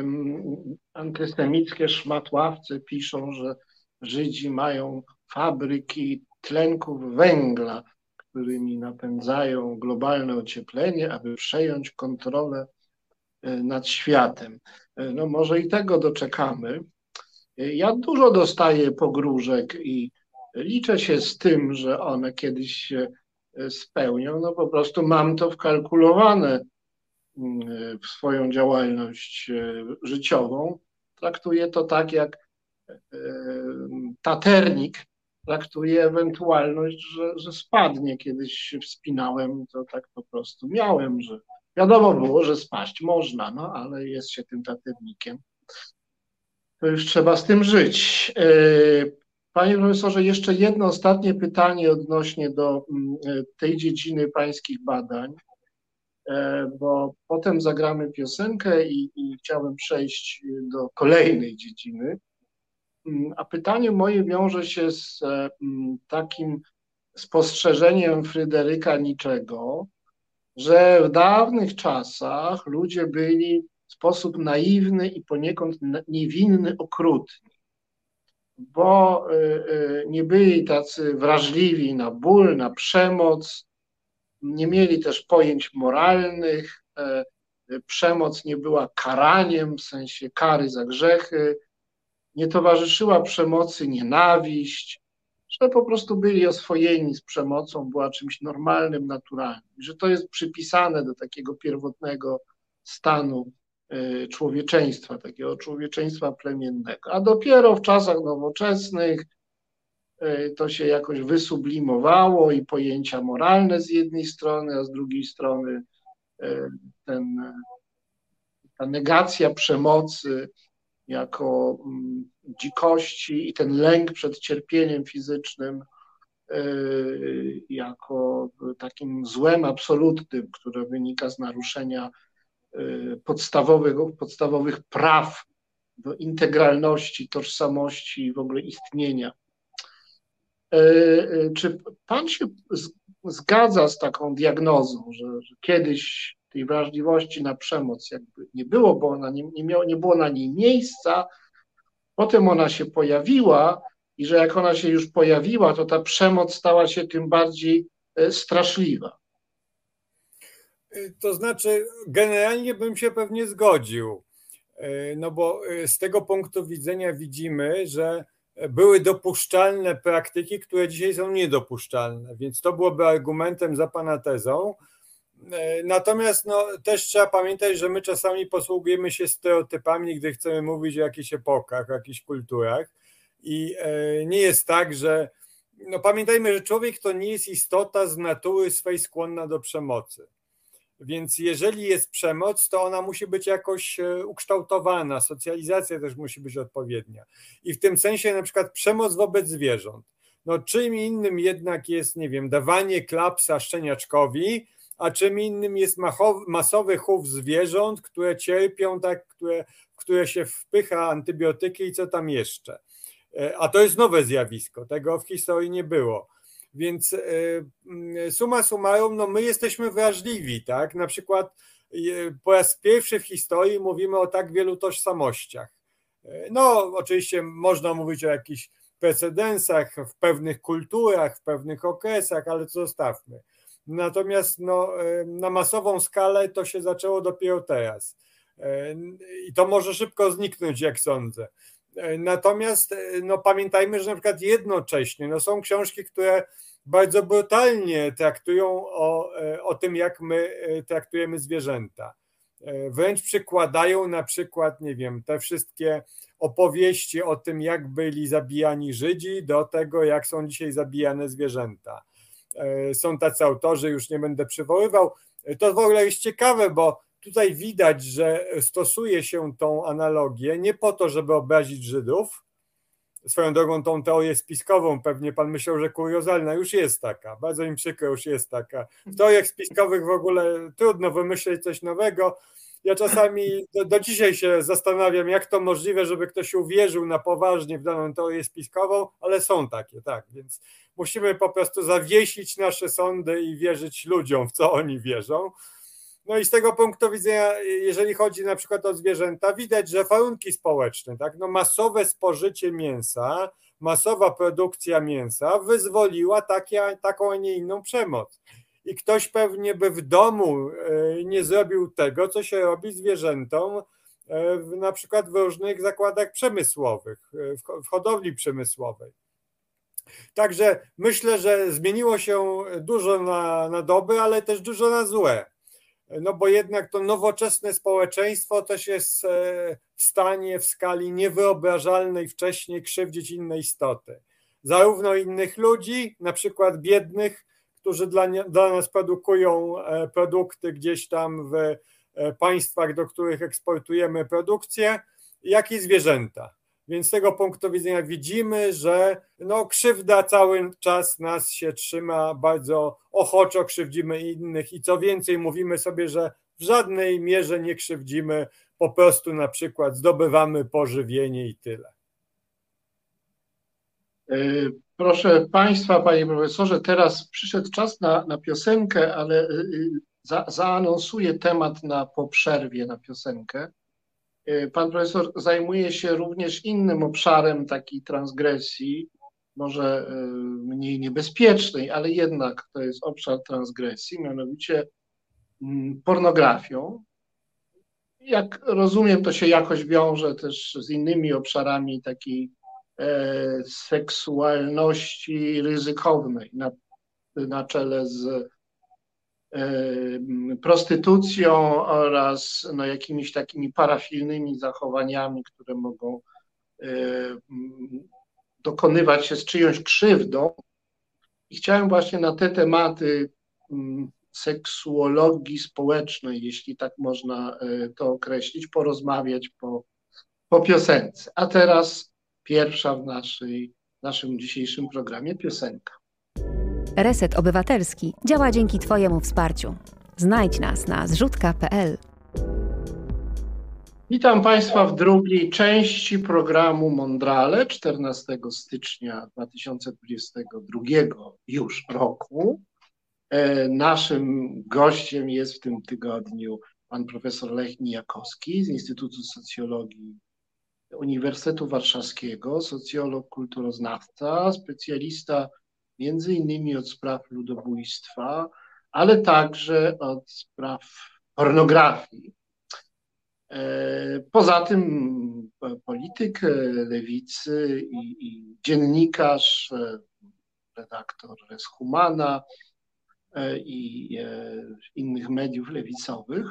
antysemickie szmatławce piszą, że Żydzi mają fabryki tlenków węgla, którymi napędzają globalne ocieplenie, aby przejąć kontrolę nad światem. No może i tego doczekamy. Ja dużo dostaję pogróżek i liczę się z tym, że one kiedyś się spełnią. No po prostu mam to wkalkulowane w swoją działalność życiową. Traktuję to tak, jak taternik traktuje ewentualność, że spadnie. Kiedyś się wspinałem, to tak po prostu miałem, że wiadomo było, że spaść można, no ale jest się tym taternikiem. To już trzeba z tym żyć. Panie profesorze, jeszcze jedno ostatnie pytanie odnośnie do tej dziedziny pańskich badań, bo potem zagramy piosenkę i chciałem przejść do kolejnej dziedziny. A pytanie moje wiąże się z takim spostrzeżeniem Fryderyka Nietzschego, że w dawnych czasach ludzie byli w sposób naiwny i poniekąd niewinny okrutni, bo nie byli tacy wrażliwi na ból, na przemoc, nie mieli też pojęć moralnych, przemoc nie była karaniem, w sensie kary za grzechy, nie towarzyszyła przemocy nienawiść, że po prostu byli oswojeni z przemocą, była czymś normalnym, naturalnym, że to jest przypisane do takiego pierwotnego stanu człowieczeństwa, takiego człowieczeństwa plemiennego. A dopiero w czasach nowoczesnych to się jakoś wysublimowało i pojęcia moralne z jednej strony, a z drugiej strony ta negacja przemocy jako dzikości i ten lęk przed cierpieniem fizycznym jako takim absolutnym, które wynika z naruszenia podstawowych praw do integralności, tożsamości i w ogóle istnienia. Czy pan się zgadza z taką diagnozą, że kiedyś tej wrażliwości na przemoc jakby nie było, bo ona nie było na niej miejsca, potem ona się pojawiła i że jak ona się już pojawiła, to ta przemoc stała się tym bardziej straszliwa? To znaczy, generalnie bym się pewnie zgodził, no bo z tego punktu widzenia widzimy, że były dopuszczalne praktyki, które dzisiaj są niedopuszczalne, więc to byłoby argumentem za pana tezą. Natomiast no, też trzeba pamiętać, że my czasami posługujemy się stereotypami, gdy chcemy mówić o jakichś epokach, o jakichś kulturach i nie jest tak, że no, pamiętajmy, że człowiek to nie jest istota z natury swej skłonna do przemocy. Więc jeżeli jest przemoc, to ona musi być jakoś ukształtowana, socjalizacja też musi być odpowiednia. I w tym sensie na przykład przemoc wobec zwierząt. No czym innym jednak jest, nie wiem, dawanie klapsa szczeniaczkowi, a czym innym jest masowy chów zwierząt, które cierpią, tak, w które się wpycha antybiotyki i co tam jeszcze. A to jest nowe zjawisko, tego w historii nie było. Więc summa summarum, no my jesteśmy wrażliwi, tak? Na przykład po raz pierwszy w historii mówimy o tak wielu tożsamościach. No oczywiście można mówić o jakichś precedensach w pewnych kulturach, w pewnych okresach, ale to zostawmy. Natomiast no, na masową skalę to się zaczęło dopiero teraz. I to może szybko zniknąć, jak sądzę. Natomiast no, pamiętajmy, że na przykład jednocześnie no, są książki, które bardzo brutalnie traktują o tym, jak my traktujemy zwierzęta. Wręcz przykładają na przykład, nie wiem, te wszystkie opowieści o tym, jak byli zabijani Żydzi, do tego, jak są dzisiaj zabijane zwierzęta. Są tacy autorzy, już nie będę przywoływał. To w ogóle jest ciekawe, bo tutaj widać, że stosuje się tą analogię nie po to, żeby obrazić Żydów. Swoją drogą tą teorię spiskową pewnie pan myślał, że kuriozalna, już jest taka, bardzo mi przykro, już jest taka. W teoriach spiskowych w ogóle trudno wymyśleć coś nowego. Ja czasami do dzisiaj się zastanawiam, jak to możliwe, żeby ktoś uwierzył na poważnie w daną teorię spiskową, ale są takie, tak, więc musimy po prostu zawiesić nasze sądy i wierzyć ludziom, w co oni wierzą. No i z tego punktu widzenia, jeżeli chodzi na przykład o zwierzęta, widać, że warunki społeczne, tak, no masowe spożycie mięsa, masowa produkcja mięsa wyzwoliła taką, a nie inną przemoc. i ktoś pewnie by w domu nie zrobił tego, co się robi zwierzętom, na przykład w różnych zakładach przemysłowych, w hodowli przemysłowej. Także myślę, że zmieniło się dużo na dobre, ale też dużo na złe. No bo jednak to nowoczesne społeczeństwo też jest w stanie w skali niewyobrażalnej wcześniej krzywdzić inne istoty. Zarówno innych ludzi, na przykład biednych, którzy dla nas produkują produkty gdzieś tam w państwach, do których eksportujemy produkcję, jak i zwierzęta. Więc z tego punktu widzenia widzimy, że krzywda cały czas nas się trzyma, bardzo ochoczo krzywdzimy innych i co więcej mówimy sobie, że w żadnej mierze nie krzywdzimy, po prostu na przykład zdobywamy pożywienie i tyle. Proszę Państwa, Panie Profesorze, teraz przyszedł czas na piosenkę, ale zaanonsuję temat po przerwie na piosenkę. Pan profesor zajmuje się również innym obszarem takiej transgresji, może mniej niebezpiecznej, ale jednak to jest obszar transgresji, mianowicie pornografią. Jak rozumiem, to się jakoś wiąże też z innymi obszarami takiej seksualności ryzykownej na czele z prostytucją oraz jakimiś takimi parafilnymi zachowaniami, które mogą dokonywać się z czyjąś krzywdą. I chciałem właśnie na te tematy seksuologii społecznej, jeśli tak można to określić, porozmawiać po piosence. A teraz pierwsza w naszym dzisiejszym programie piosenka. Reset Obywatelski działa dzięki Twojemu wsparciu. Znajdź nas na zrzutka.pl. Witam Państwa w drugiej części programu Mondrale 14 stycznia 2022 już roku. Naszym gościem jest w tym tygodniu pan profesor Lech Nijakowski z Instytutu Socjologii Uniwersytetu Warszawskiego, socjolog, kulturoznawca, specjalista między innymi od spraw ludobójstwa, ale także od spraw pornografii. Poza tym polityk lewicy i dziennikarz, redaktor Res Humana i innych mediów lewicowych.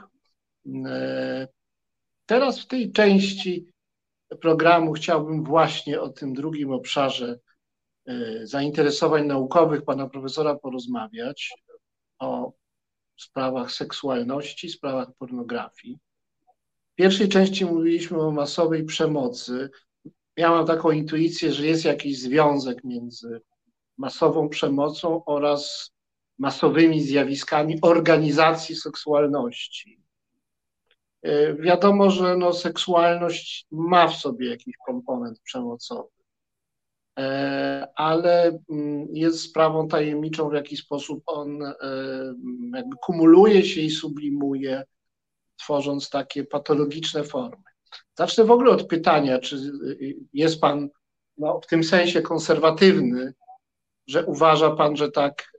Teraz w tej części programu chciałbym właśnie o tym drugim obszarze zainteresowań naukowych pana profesora porozmawiać, o sprawach seksualności, sprawach pornografii. W pierwszej części mówiliśmy o masowej przemocy. Miałam taką intuicję, że jest jakiś związek między masową przemocą oraz masowymi zjawiskami organizacji seksualności. Wiadomo, że seksualność ma w sobie jakiś komponent przemocowy, ale jest sprawą tajemniczą, w jaki sposób on jakby kumuluje się i sublimuje, tworząc takie patologiczne formy. Zacznę w ogóle od pytania, czy jest pan w tym sensie konserwatywny, że uważa pan, że tak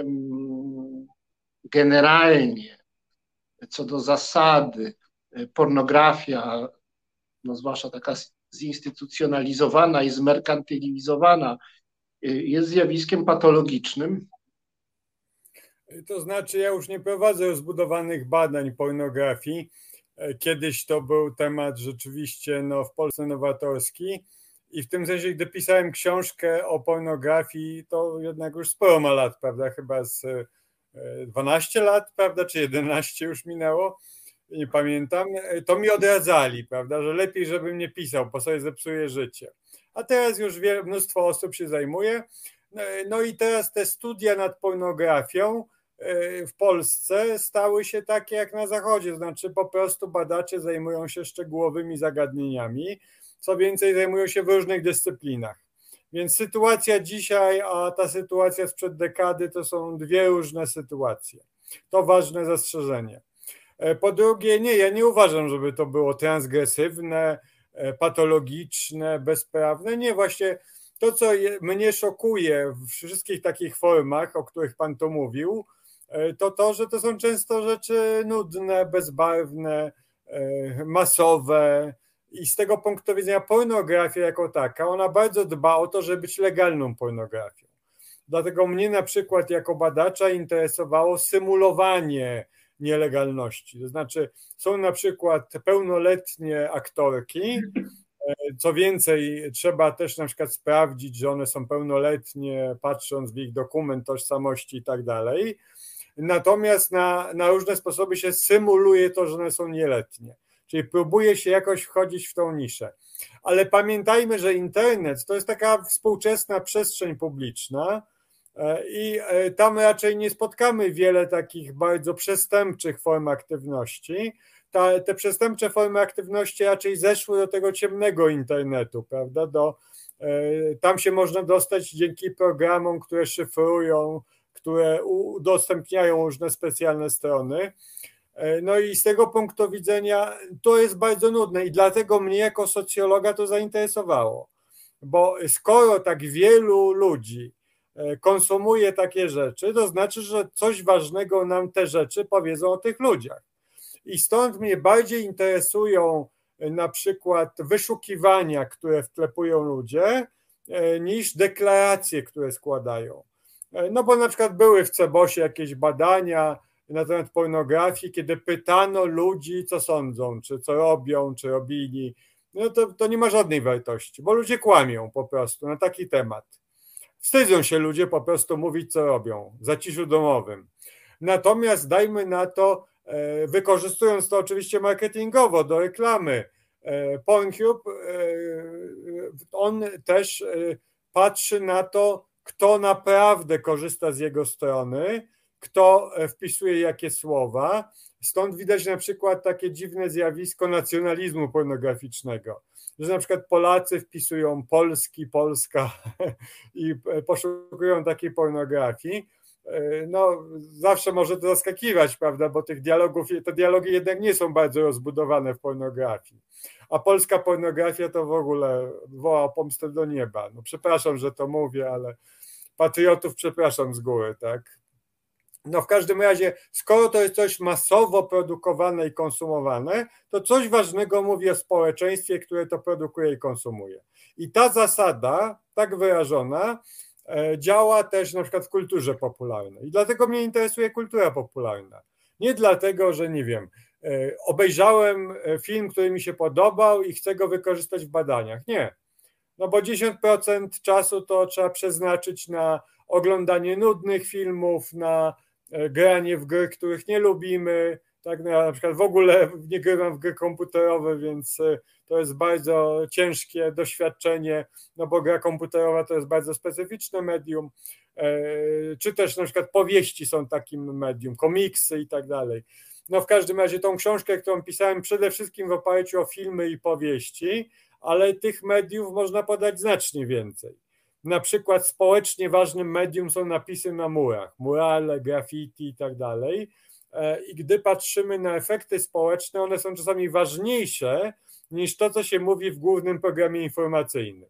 generalnie, co do zasady, pornografia, zwłaszcza taka zinstytucjonalizowana i zmerkantylizowana, jest zjawiskiem patologicznym? To znaczy, ja już nie prowadzę rozbudowanych badań pornografii. Kiedyś to był temat rzeczywiście w Polsce nowatorski i w tym sensie, gdy pisałem książkę o pornografii, to jednak już sporo ma lat, prawda, chyba z 12 lat, prawda, czy 11 już minęło, nie pamiętam, to mi odradzali, prawda, że lepiej, żebym nie pisał, bo sobie zepsuję życie. A teraz już mnóstwo osób się zajmuje. No i teraz te studia nad pornografią w Polsce stały się takie jak na Zachodzie, znaczy po prostu badacze zajmują się szczegółowymi zagadnieniami, co więcej zajmują się w różnych dyscyplinach. Więc sytuacja dzisiaj, a ta sytuacja sprzed dekady to są dwie różne sytuacje. To ważne zastrzeżenie. Po drugie, ja nie uważam, żeby to było transgresywne, patologiczne, bezprawne. Nie, właśnie to, co mnie szokuje w wszystkich takich formach, o których pan to mówił, to, że to są często rzeczy nudne, bezbarwne, masowe i z tego punktu widzenia pornografia jako taka, ona bardzo dba o to, żeby być legalną pornografią. Dlatego mnie na przykład jako badacza interesowało symulowanie nielegalności. To znaczy są na przykład pełnoletnie aktorki, co więcej trzeba też na przykład sprawdzić, że one są pełnoletnie, patrząc w ich dokument tożsamości i tak dalej. Natomiast na różne sposoby się symuluje to, że one są nieletnie. Czyli próbuje się jakoś wchodzić w tą niszę. Ale pamiętajmy, że internet to jest taka współczesna przestrzeń publiczna i tam raczej nie spotkamy wiele takich bardzo przestępczych form aktywności. Te przestępcze formy aktywności raczej zeszły do tego ciemnego internetu, prawda? Tam się można dostać dzięki programom, które szyfrują, które udostępniają różne specjalne strony. No i z tego punktu widzenia to jest bardzo nudne i dlatego mnie jako socjologa to zainteresowało, bo skoro tak wielu ludzi konsumuje takie rzeczy, to znaczy, że coś ważnego nam te rzeczy powiedzą o tych ludziach. I stąd mnie bardziej interesują na przykład wyszukiwania, które wklepują ludzie, niż deklaracje, które składają. No bo na przykład były w Cebosie jakieś badania na temat pornografii, kiedy pytano ludzi, co sądzą, czy co robią, czy robili. No to nie ma żadnej wartości, bo ludzie kłamią po prostu na taki temat. Wstydzą się ludzie po prostu mówić, co robią, w zaciszu domowym. Natomiast dajmy na to, wykorzystując to oczywiście marketingowo do reklamy, Pornhub, on też patrzy na to, kto naprawdę korzysta z jego strony, kto wpisuje jakie słowa. Stąd widać na przykład takie dziwne zjawisko nacjonalizmu pornograficznego, że na przykład Polacy wpisują Polski, Polska i poszukują takiej pornografii. No, zawsze może to zaskakiwać, prawda, bo te dialogi jednak nie są bardzo rozbudowane w pornografii. A polska pornografia to w ogóle woła pomstę do nieba. No, przepraszam, że to mówię, ale patriotów przepraszam z góry, tak? No w każdym razie, skoro to jest coś masowo produkowane i konsumowane, to coś ważnego mówi o społeczeństwie, które to produkuje i konsumuje. I ta zasada, tak wyrażona, działa też na przykład w kulturze popularnej. I dlatego mnie interesuje kultura popularna. Nie dlatego, że nie wiem, obejrzałem film, który mi się podobał i chcę go wykorzystać w badaniach. Nie. No bo 10% czasu to trzeba przeznaczyć na oglądanie nudnych filmów, na granie w gry, których nie lubimy. Tak, no ja na przykład w ogóle nie grywam w gry komputerowe, więc to jest bardzo ciężkie doświadczenie, no bo gra komputerowa to jest bardzo specyficzne medium, czy też na przykład powieści są takim medium, komiksy i tak dalej. No w każdym razie tą książkę, którą pisałem przede wszystkim w oparciu o filmy i powieści, ale tych mediów można podać znacznie więcej. Na przykład społecznie ważnym medium są napisy na murach, murale, graffiti i tak dalej. I gdy patrzymy na efekty społeczne, one są czasami ważniejsze niż to, co się mówi w głównym programie informacyjnym.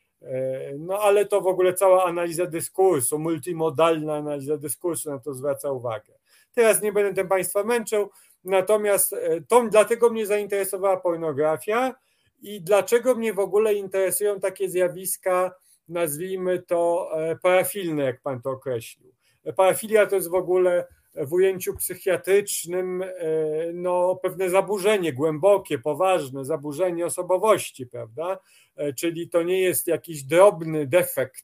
No ale to w ogóle cała analiza dyskursu, multimodalna analiza dyskursu na to zwraca uwagę. Teraz nie będę tym Państwa męczył, natomiast dlatego mnie zainteresowała pornografia i dlaczego mnie w ogóle interesują takie zjawiska, nazwijmy to parafilne, jak Pan to określił. Parafilia to jest w ogóle w ujęciu psychiatrycznym no, pewne zaburzenie, głębokie, poważne zaburzenie osobowości, prawda? Czyli to nie jest jakiś drobny defekt,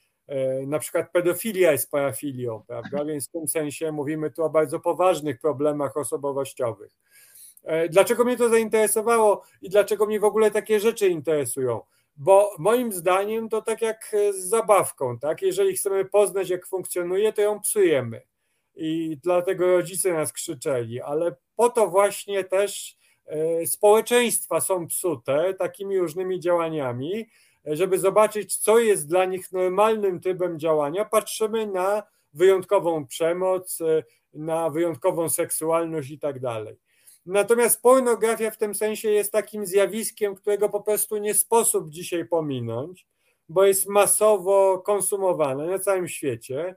na przykład pedofilia jest parafilią, prawda? Więc w tym sensie mówimy tu o bardzo poważnych problemach osobowościowych. Dlaczego mnie to zainteresowało i dlaczego mnie w ogóle takie rzeczy interesują? Bo moim zdaniem to tak jak z zabawką, tak? Jeżeli chcemy poznać, jak funkcjonuje, to ją psujemy. I dlatego rodzice nas krzyczeli, ale po to właśnie też społeczeństwa są psute takimi różnymi działaniami, żeby zobaczyć, co jest dla nich normalnym trybem działania. Patrzymy na wyjątkową przemoc, na wyjątkową seksualność i tak dalej. Natomiast pornografia w tym sensie jest takim zjawiskiem, którego po prostu nie sposób dzisiaj pominąć, bo jest masowo konsumowane na całym świecie.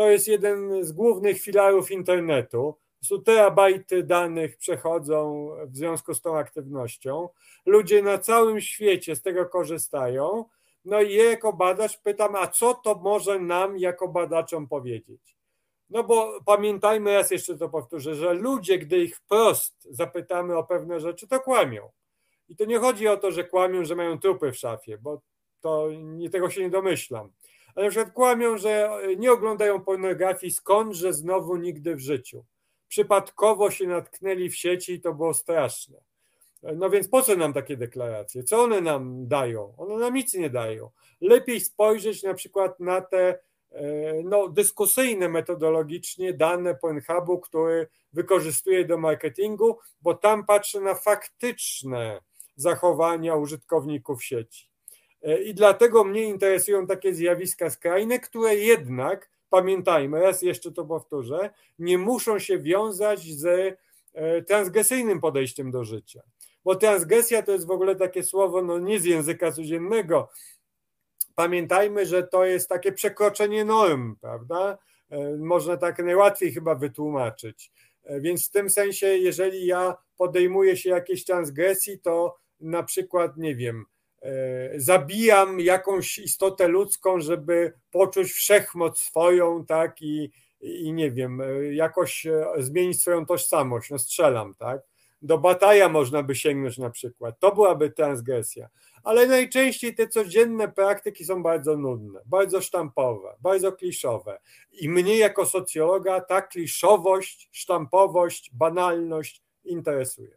to jest jeden z głównych filarów internetu. Terabajty danych przechodzą w związku z tą aktywnością. Ludzie na całym świecie z tego korzystają. No i ja jako badacz pytam, a co to może nam jako badaczom powiedzieć? No bo pamiętajmy, raz jeszcze to powtórzę, że ludzie, gdy ich wprost zapytamy o pewne rzeczy, to kłamią. I to nie chodzi o to, że kłamią, że mają trupy w szafie, bo tego się nie domyślam. Ale na przykład kłamią, że nie oglądają pornografii, skądże znowu nigdy w życiu. Przypadkowo się natknęli w sieci i to było straszne. No więc po co nam takie deklaracje? Co one nam dają? One nam nic nie dają. Lepiej spojrzeć na przykład na te dyskusyjne metodologicznie dane Pornhubu, który wykorzystuje do marketingu, bo tam patrzę na faktyczne zachowania użytkowników sieci. I dlatego mnie interesują takie zjawiska skrajne, które jednak, pamiętajmy, raz jeszcze to powtórzę, nie muszą się wiązać z transgresyjnym podejściem do życia. Bo transgresja to jest w ogóle takie słowo nie z języka codziennego. Pamiętajmy, że to jest takie przekroczenie norm, prawda? Można tak najłatwiej chyba wytłumaczyć. Więc w tym sensie, jeżeli ja podejmuję się jakiejś transgresji, to na przykład, nie wiem, zabijam jakąś istotę ludzką, żeby poczuć wszechmoc swoją, tak, i nie wiem, jakoś zmienić swoją tożsamość, strzelam, tak. Do bataja można by sięgnąć na przykład, to byłaby transgresja, ale najczęściej te codzienne praktyki są bardzo nudne, bardzo sztampowe, bardzo kliszowe i mnie jako socjologa ta kliszowość, sztampowość, banalność interesuje.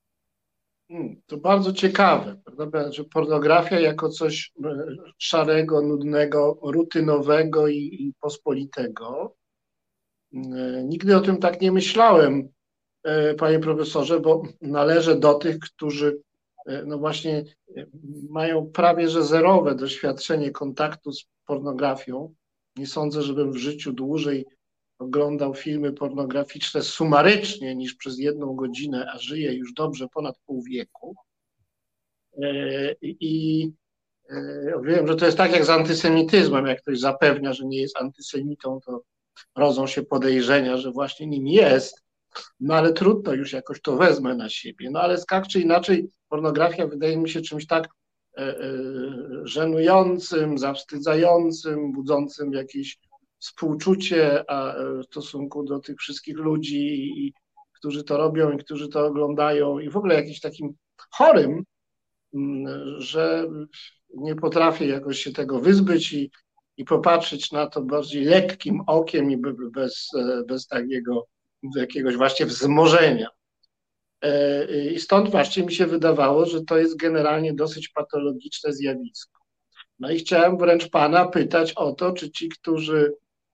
To bardzo ciekawe, prawda? Że pornografia jako coś szarego, nudnego, rutynowego i pospolitego. Nigdy o tym tak nie myślałem, panie profesorze, bo należę do tych, którzy właśnie mają prawie że zerowe doświadczenie kontaktu z pornografią. Nie sądzę, żebym w życiu dłużej oglądał filmy pornograficzne sumarycznie niż przez 1 godzinę, a żyję już dobrze ponad pół wieku. I wiem, że to jest tak jak z antysemityzmem. Jak ktoś zapewnia, że nie jest antysemitą, to rodzą się podejrzenia, że właśnie nim jest. No ale trudno, już jakoś to wezmę na siebie. No ale tak czy inaczej pornografia wydaje mi się czymś tak żenującym, zawstydzającym, budzącym jakieś współczucie w stosunku do tych wszystkich ludzi, którzy to robią i którzy to oglądają i w ogóle jakimś takim chorym, że nie potrafię jakoś się tego wyzbyć i popatrzeć na to bardziej lekkim okiem i bez takiego jakiegoś właśnie wzmożenia. I stąd właśnie mi się wydawało, że to jest generalnie dosyć patologiczne zjawisko. No i chciałem wręcz pana pytać o to, czy ci, którzy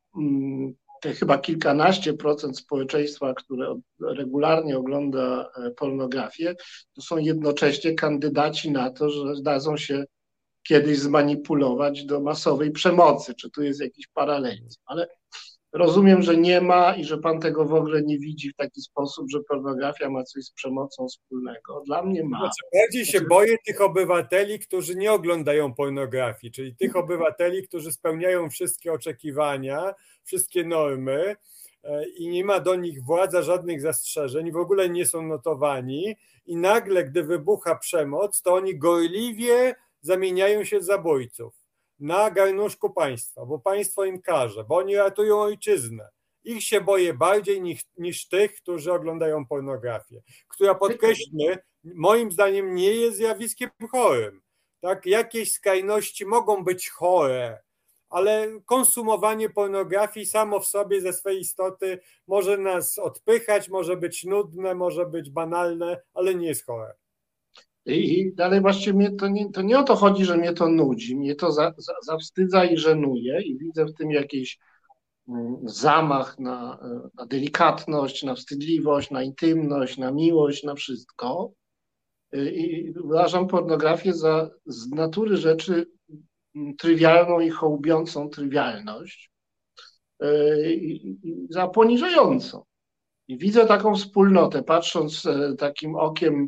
te chyba kilkanaście procent społeczeństwa, które regularnie ogląda pornografię, to są jednocześnie kandydaci na to, że dadzą się kiedyś zmanipulować do masowej przemocy. Czy tu jest jakiś paralelizm? Ale rozumiem, że nie ma i że pan tego w ogóle nie widzi w taki sposób, że pornografia ma coś z przemocą wspólnego. Dla mnie ma. Bardziej się boję tych obywateli, którzy nie oglądają pornografii, czyli tych obywateli, którzy spełniają wszystkie oczekiwania, wszystkie normy i nie ma do nich władza żadnych zastrzeżeń, w ogóle nie są notowani i nagle, gdy wybucha przemoc, to oni gorliwie zamieniają się w zabójców na garnuszku państwa, bo państwo im każe, bo oni ratują ojczyznę. Ich się boję bardziej niż tych, którzy oglądają pornografię, która, podkreślmy, moim zdaniem nie jest zjawiskiem chorym. Tak? Jakieś skrajności mogą być chore, ale konsumowanie pornografii samo w sobie ze swej istoty może nas odpychać, może być nudne, może być banalne, ale nie jest chore. I dalej właściwie to nie o to chodzi, że mnie to nudzi, mnie to zawstydza i żenuje i widzę w tym jakiś zamach na delikatność, na wstydliwość, na intymność, na miłość, na wszystko. I uważam pornografię za z natury rzeczy trywialną i hołubiącą trywialność, za poniżającą. I widzę taką wspólnotę, patrząc takim okiem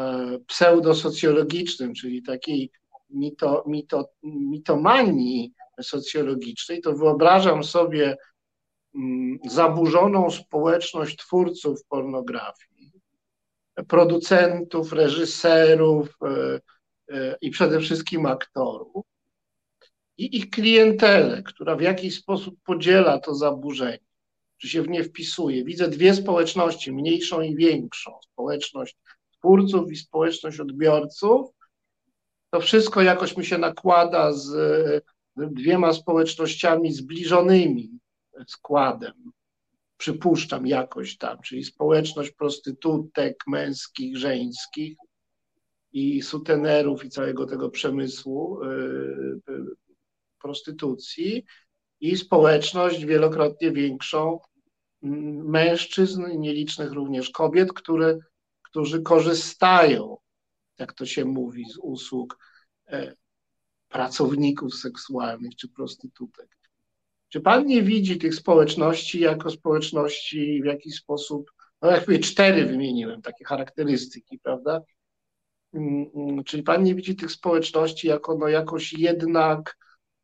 pseudosocjologicznym, czyli takiej mitomanii socjologicznej, to wyobrażam sobie zaburzoną społeczność twórców pornografii, producentów, reżyserów i przede wszystkim aktorów i ich klientelę, która w jakiś sposób podziela to zaburzenie, czy się w nie wpisuje. Widzę dwie społeczności, mniejszą i większą. Społeczność twórców i społeczność odbiorców. To wszystko jakoś mi się nakłada z dwiema społecznościami zbliżonymi składem. Przypuszczam jakoś tam, czyli społeczność prostytutek męskich, żeńskich i sutenerów i całego tego przemysłu prostytucji i społeczność wielokrotnie większą mężczyzn i nielicznych również kobiet, którzy korzystają, jak to się mówi, z usług pracowników seksualnych czy prostytutek. Czy pan nie widzi tych społeczności jako społeczności w jakiś sposób, no jak mówię, 4 wymieniłem takie charakterystyki, prawda? Czyli pan nie widzi tych społeczności jako no jakoś jednak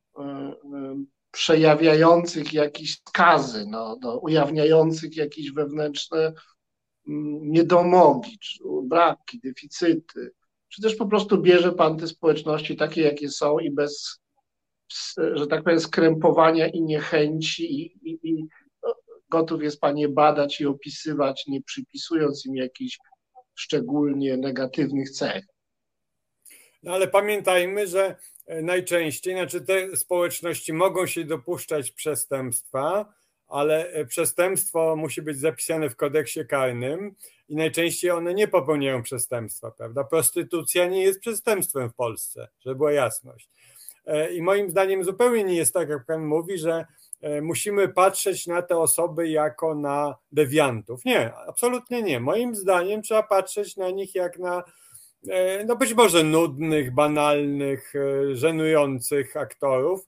przejawiających jakieś skazy, ujawniających jakieś wewnętrzne niedomogi, czy braki, deficyty, czy też po prostu bierze pan te społeczności takie, jakie są i bez, że tak powiem, skrępowania i niechęci i gotów jest pan je badać i opisywać, nie przypisując im jakichś szczególnie negatywnych cech. No ale pamiętajmy, że najczęściej, znaczy te społeczności mogą się dopuszczać przestępstwa, ale przestępstwo musi być zapisane w kodeksie karnym i najczęściej one nie popełniają przestępstwa, prawda? Prostytucja nie jest przestępstwem w Polsce, żeby była jasność. I moim zdaniem zupełnie nie jest tak, jak pan mówi, że musimy patrzeć na te osoby jako na dewiantów. Nie, absolutnie nie. Moim zdaniem trzeba patrzeć na nich jak na no być może nudnych, banalnych, żenujących aktorów,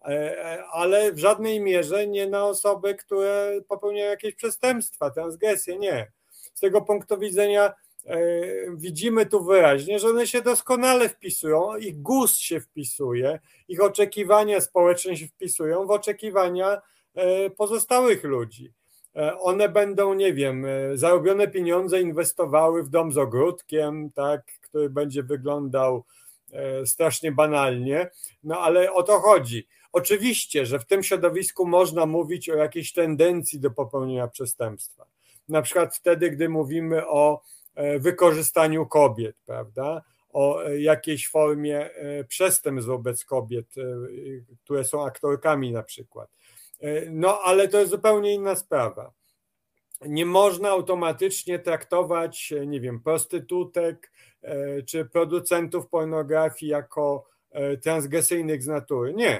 ale w żadnej mierze nie na osoby, które popełniają jakieś przestępstwa, transgresje, nie. Z tego punktu widzenia widzimy tu wyraźnie, że one się doskonale wpisują, ich gust się wpisuje, ich oczekiwania społeczne się wpisują w oczekiwania pozostałych ludzi. One będą, nie wiem, zarobione pieniądze inwestowały w dom z ogródkiem, tak, który będzie wyglądał strasznie banalnie, no ale o to chodzi. Oczywiście, że w tym środowisku można mówić o jakiejś tendencji do popełnienia przestępstwa. Na przykład wtedy, gdy mówimy o wykorzystaniu kobiet, prawda, o jakiejś formie przestępstw wobec kobiet, które są aktorkami na przykład. No ale to jest zupełnie inna sprawa. Nie można automatycznie traktować, nie wiem, prostytutek czy producentów pornografii jako transgresyjnych z natury. Nie.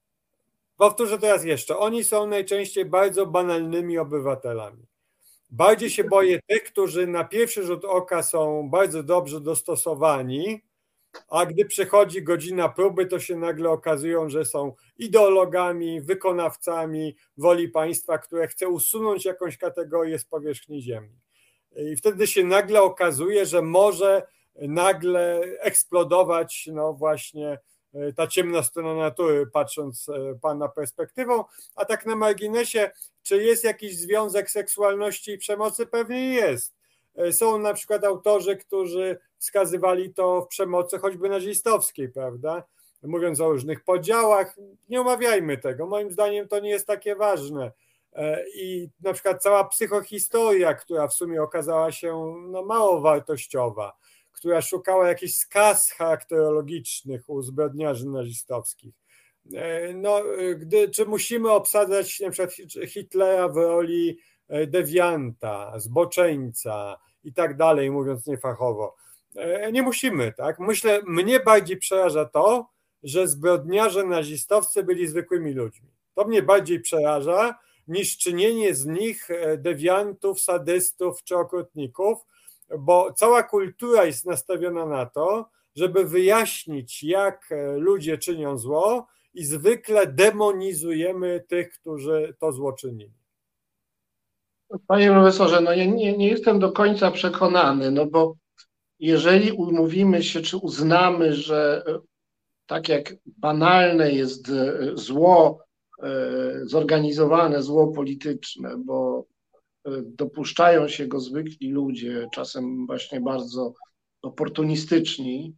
Powtórzę teraz jeszcze. Oni są najczęściej bardzo banalnymi obywatelami. Bardziej się boję tych, którzy na pierwszy rzut oka są bardzo dobrze dostosowani, a gdy przychodzi godzina próby, to się nagle okazują, że są ideologami, wykonawcami woli państwa, które chce usunąć jakąś kategorię z powierzchni ziemi. I wtedy się nagle okazuje, że może nagle eksplodować no właśnie ta ciemna strona natury, patrząc pana perspektywą, a tak na marginesie, czy jest jakiś związek seksualności i przemocy? Pewnie jest. Są na przykład autorzy, którzy wskazywali to w przemocy choćby nazistowskiej, prawda? Mówiąc o różnych podziałach, nie omawiajmy tego. Moim zdaniem to nie jest takie ważne. I na przykład cała psychohistoria, która w sumie okazała się no, mało wartościowa, która szukała jakichś skaz charakterologicznych u zbrodniarzy nazistowskich. No, czy musimy obsadzać na przykład Hitlera w roli dewianta, zboczeńca i tak dalej, mówiąc niefachowo. Nie musimy, tak? Myślę, mnie bardziej przeraża to, że zbrodniarze nazistowcy byli zwykłymi ludźmi. To mnie bardziej przeraża niż czynienie z nich dewiantów, sadystów czy okrutników, bo cała kultura jest nastawiona na to, żeby wyjaśnić, jak ludzie czynią zło i zwykle demonizujemy tych, którzy to zło czynili. Panie profesorze, no ja nie jestem do końca przekonany, no bo jeżeli umówimy się, czy uznamy, że tak jak banalne jest zło, zorganizowane zło polityczne, bo dopuszczają się go zwykli ludzie, czasem właśnie bardzo oportunistyczni.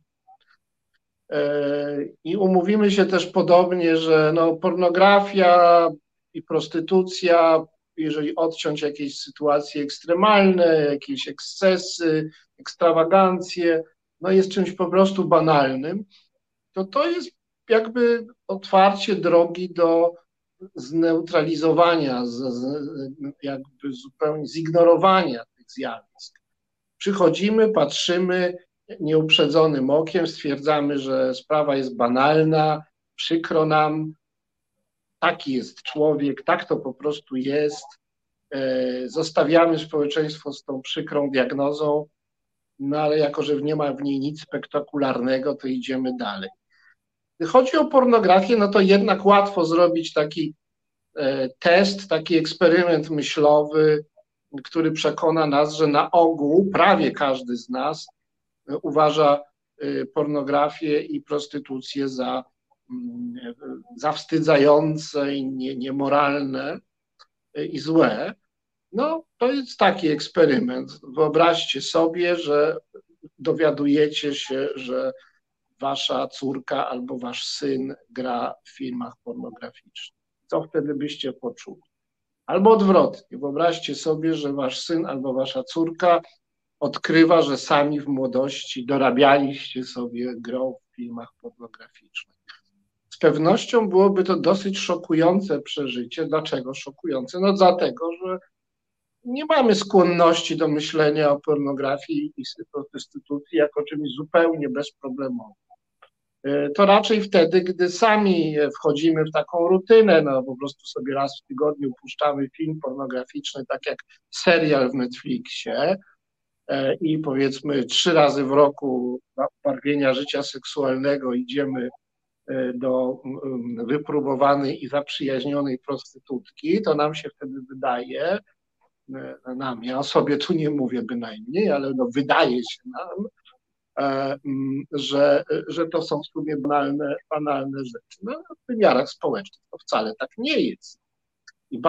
I umówimy się też podobnie, że no, pornografia i prostytucja, jeżeli odciąć jakieś sytuacje ekstremalne, jakieś ekscesy, ekstrawagancje, no jest czymś po prostu banalnym, to jest jakby otwarcie drogi do zneutralizowania, jakby zupełnie zignorowania tych zjawisk. Przychodzimy, patrzymy nieuprzedzonym okiem, stwierdzamy, że sprawa jest banalna, przykro nam, taki jest człowiek, tak to po prostu jest. Zostawiamy społeczeństwo z tą przykrą diagnozą, no ale jako, że nie ma w niej nic spektakularnego, to idziemy dalej. Gdy chodzi o pornografię, no to jednak łatwo zrobić taki test, taki eksperyment myślowy, który przekona nas, że na ogół prawie każdy z nas uważa pornografię i prostytucję za zawstydzające i niemoralne i złe. No, to jest taki eksperyment. Wyobraźcie sobie, że dowiadujecie się, że wasza córka albo wasz syn gra w filmach pornograficznych. Co wtedy byście poczuli? Albo odwrotnie. Wyobraźcie sobie, że wasz syn albo wasza córka odkrywa, że sami w młodości dorabialiście sobie grą w filmach pornograficznych. Z pewnością byłoby to dosyć szokujące przeżycie. Dlaczego szokujące? No dlatego, że nie mamy skłonności do myślenia o pornografii i prostytucji jako czymś zupełnie bezproblemowym. To raczej wtedy, gdy sami wchodzimy w taką rutynę, no po prostu sobie raz w tygodniu puszczamy film pornograficzny, tak jak serial w Netflixie i powiedzmy 3 razy w roku na ubarwienia życia seksualnego idziemy do wypróbowanej i zaprzyjaźnionej prostytutki, to nam się wtedy wydaje, ja o sobie tu nie mówię bynajmniej, ale no wydaje się nam, że to są w sumie banalne rzeczy. No, w wymiarach społecznych to wcale tak nie jest. I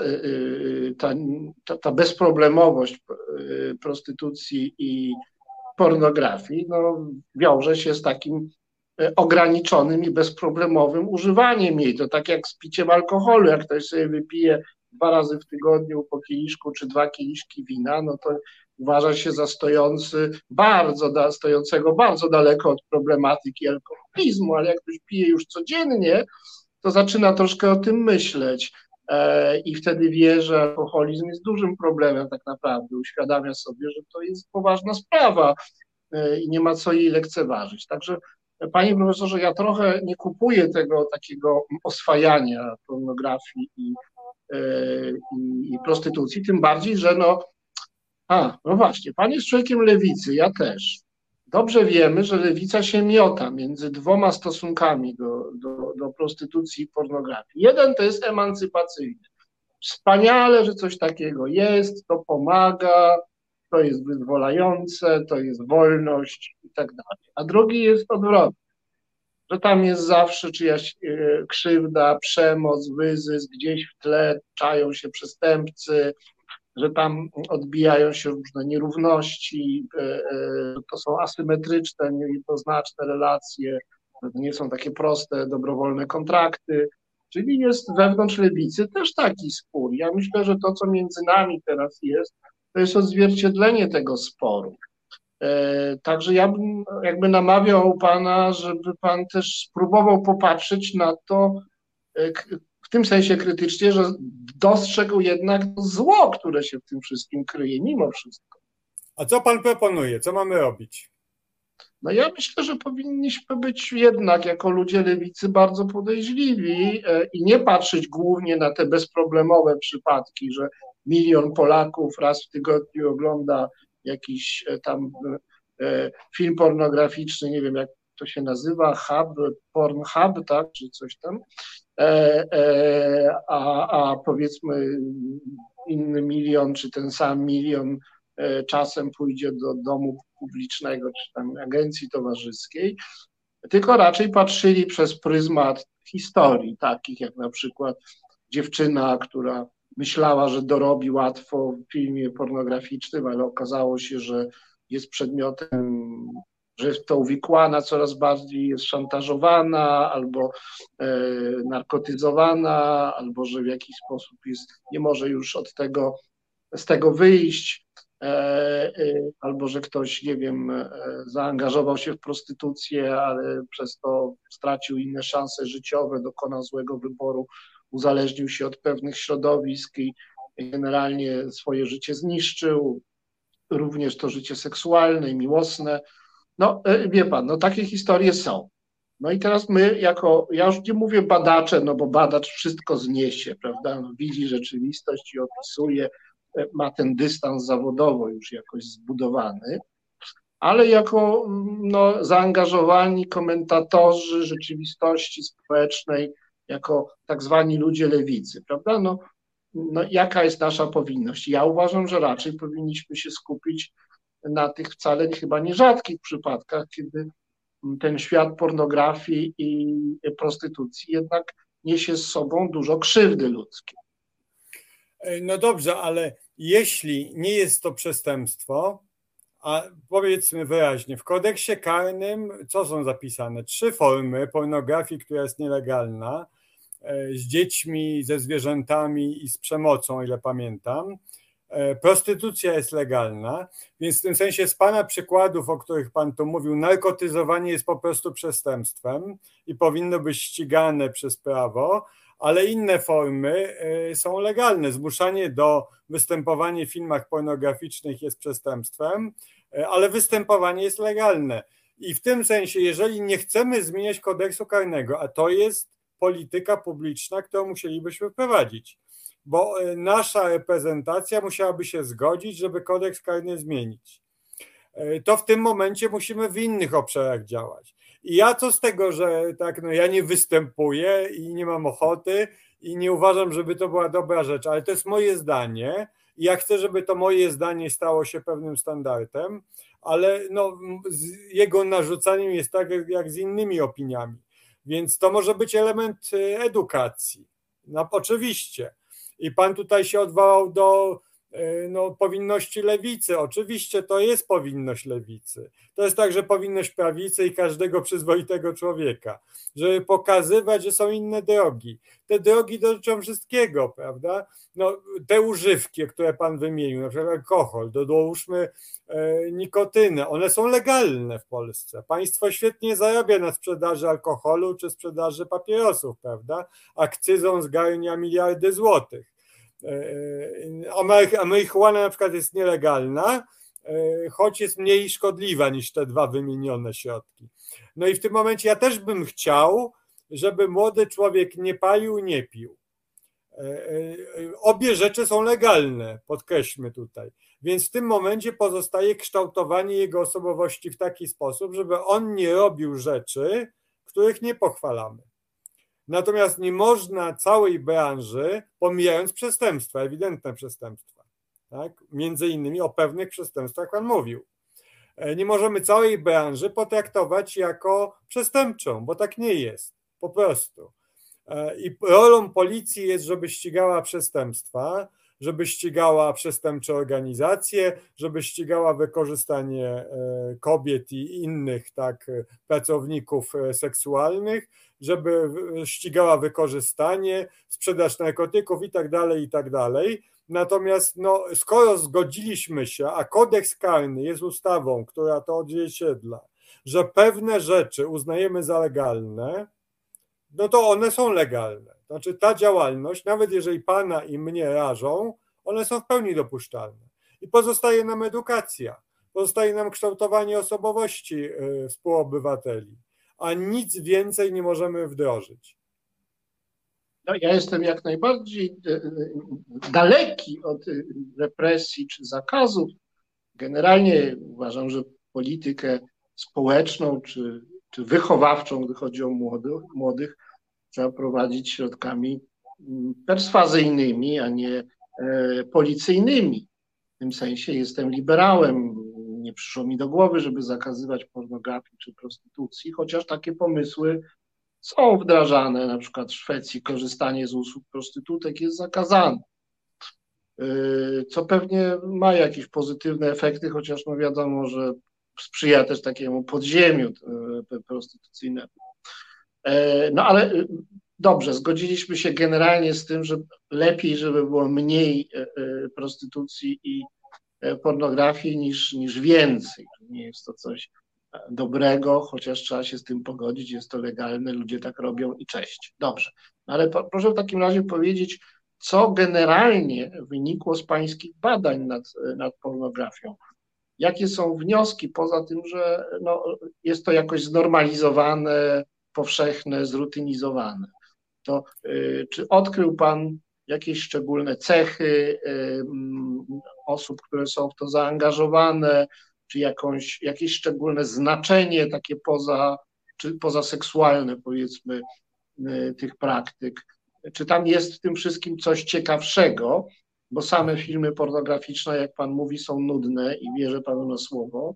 ta bezproblemowość prostytucji i pornografii no, wiąże się z takim ograniczonym i bezproblemowym używaniem jej. To tak jak z piciem alkoholu, jak ktoś sobie wypije 2 razy w tygodniu po kieliszku czy 2 kieliszki wina, no to uważa się za stojącego bardzo daleko od problematyki alkoholizmu, ale jak ktoś pije już codziennie, to zaczyna troszkę o tym myśleć i wtedy wie, że alkoholizm jest dużym problemem tak naprawdę. Uświadamia sobie, że to jest poważna sprawa i nie ma co jej lekceważyć. Także panie profesorze, ja trochę nie kupuję tego takiego oswajania pornografii i prostytucji, tym bardziej, że no właśnie, pan jest człowiekiem lewicy, ja też. Dobrze wiemy, że lewica się miota między 2 stosunkami do prostytucji i pornografii. Jeden to jest emancypacyjny. Wspaniale, że coś takiego jest, to pomaga, to jest wyzwalające, to jest wolność i tak dalej. A drugi jest odwrotny, że tam jest zawsze czyjaś krzywda, przemoc, wyzysk, gdzieś w tle czają się przestępcy, że tam odbijają się różne nierówności, to są asymetryczne, niejednoznaczne relacje, to nie są takie proste, dobrowolne kontrakty, czyli jest wewnątrz lewicy też taki spór. Ja myślę, że to, co między nami teraz jest, to jest odzwierciedlenie tego sporu. Także ja bym jakby namawiał pana, żeby pan też spróbował popatrzeć na to w tym sensie krytycznie, że dostrzegł jednak zło, które się w tym wszystkim kryje, mimo wszystko. A co pan proponuje? Co mamy robić? No ja myślę, że powinniśmy być jednak jako ludzie lewicy bardzo podejrzliwi i nie patrzeć głównie na te bezproblemowe przypadki, że 1 milion Polaków raz w tygodniu ogląda jakiś tam film pornograficzny, nie wiem jak to się nazywa, Pornhub, tak, czy coś tam, a powiedzmy inny 1 milion, czy ten sam 1 milion czasem pójdzie do domu publicznego, czy tam agencji towarzyskiej. tylko raczej patrzyli przez pryzmat historii, takich jak na przykład dziewczyna, która myślała, że dorobi łatwo w filmie pornograficznym, ale okazało się, że jest przedmiotem, że jest w to uwikłana coraz bardziej, jest szantażowana albo narkotyzowana, albo że w jakiś sposób nie może już z tego wyjść, albo że ktoś, nie wiem, zaangażował się w prostytucję, ale przez to stracił inne szanse życiowe, dokonał złego wyboru, uzależnił się od pewnych środowisk i generalnie swoje życie zniszczył, również to życie seksualne i miłosne. No, wie pan, no takie historie są. No i teraz my ja już nie mówię badacze, no bo badacz wszystko zniesie, prawda, no, widzi rzeczywistość i opisuje, ma ten dystans zawodowo już jakoś zbudowany, ale jako zaangażowani komentatorzy rzeczywistości społecznej, jako tak zwani ludzie lewicy, prawda? No, jaka jest nasza powinność? Ja uważam, że raczej powinniśmy się skupić na tych wcale chyba nierzadkich przypadkach, kiedy ten świat pornografii i prostytucji jednak niesie z sobą dużo krzywdy ludzkiej. No dobrze, ale jeśli nie jest to przestępstwo, a powiedzmy wyraźnie, w kodeksie karnym co są zapisane? 3 formy pornografii, która jest nielegalna, z dziećmi, ze zwierzętami i z przemocą, o ile pamiętam. Prostytucja jest legalna, więc w tym sensie z pana przykładów, o których pan tu mówił, narkotyzowanie jest po prostu przestępstwem i powinno być ścigane przez prawo, ale inne formy są legalne. Zmuszanie do występowania w filmach pornograficznych jest przestępstwem, ale występowanie jest legalne. I w tym sensie, jeżeli nie chcemy zmieniać kodeksu karnego, a to jest polityka publiczna, którą musielibyśmy wprowadzić, bo nasza reprezentacja musiałaby się zgodzić, żeby kodeks karny zmienić, to w tym momencie musimy w innych obszarach działać. I ja co z tego, że tak, ja nie występuję i nie mam ochoty i nie uważam, żeby to była dobra rzecz, ale to jest moje zdanie i ja chcę, żeby to moje zdanie stało się pewnym standardem, ale z jego narzucaniem jest tak jak z innymi opiniami. Więc to może być element edukacji. No oczywiście. I pan tutaj się odwołał do powinności lewicy. Oczywiście to jest powinność lewicy. To jest także powinność prawicy i każdego przyzwoitego człowieka, żeby pokazywać, że są inne drogi. Te drogi dotyczą wszystkiego, prawda? Te używki, które pan wymienił, na przykład alkohol, dołóżmy nikotynę, one są legalne w Polsce. Państwo świetnie zarabia na sprzedaży alkoholu czy sprzedaży papierosów, prawda? Akcyzą zgarnia miliardy złotych. A marihuana na przykład jest nielegalna, choć jest mniej szkodliwa niż te 2 wymienione środki. No i w tym momencie ja też bym chciał, żeby młody człowiek nie palił, nie pił. Obie rzeczy są legalne, podkreślmy tutaj. Więc w tym momencie pozostaje kształtowanie jego osobowości w taki sposób, żeby on nie robił rzeczy, których nie pochwalamy. Natomiast nie można całej branży, pomijając przestępstwa, ewidentne przestępstwa, tak? Między innymi o pewnych przestępstwach pan mówił. Nie możemy całej branży potraktować jako przestępczą, bo tak nie jest, po prostu. I rolą policji jest, żeby ścigała przestępstwa, żeby ścigała przestępcze organizacje, żeby ścigała wykorzystanie kobiet i innych pracowników seksualnych, żeby ścigała wykorzystanie, sprzedaż narkotyków i tak dalej. Natomiast skoro zgodziliśmy się, a kodeks karny jest ustawą, która to odzwierciedla, że pewne rzeczy uznajemy za legalne, to one są legalne. Znaczy ta działalność, nawet jeżeli pana i mnie rażą, one są w pełni dopuszczalne. I pozostaje nam edukacja, pozostaje nam kształtowanie osobowości współobywateli, a nic więcej nie możemy wdrożyć. Ja jestem jak najbardziej daleki od represji czy zakazów. Generalnie uważam, że politykę społeczną czy wychowawczą, gdy chodzi o młodych, trzeba prowadzić środkami perswazyjnymi, a nie policyjnymi. W tym sensie jestem liberałem. nie przyszło mi do głowy, żeby zakazywać pornografii czy prostytucji, chociaż takie pomysły są wdrażane. Na przykład w Szwecji korzystanie z usług prostytutek jest zakazane, co pewnie ma jakieś pozytywne efekty, chociaż no wiadomo, że sprzyja też takiemu podziemiu prostytucyjnemu. No ale dobrze, zgodziliśmy się generalnie z tym, że lepiej, żeby było mniej prostytucji i pornografii niż więcej. Nie jest to coś dobrego, chociaż trzeba się z tym pogodzić, jest to legalne, ludzie tak robią i cześć. Dobrze, ale proszę w takim razie powiedzieć, co generalnie wynikło z pańskich badań nad pornografią. Jakie są wnioski, poza tym, że no, jest to jakoś znormalizowane, powszechne, zrutynizowane? To czy odkrył pan jakieś szczególne cechy osób, które są w to zaangażowane, czy jakieś szczególne znaczenie takie pozaseksualne, powiedzmy, tych praktyk? Czy tam jest w tym wszystkim coś ciekawszego, bo same filmy pornograficzne, jak pan mówi, są nudne i wierzę panu na słowo,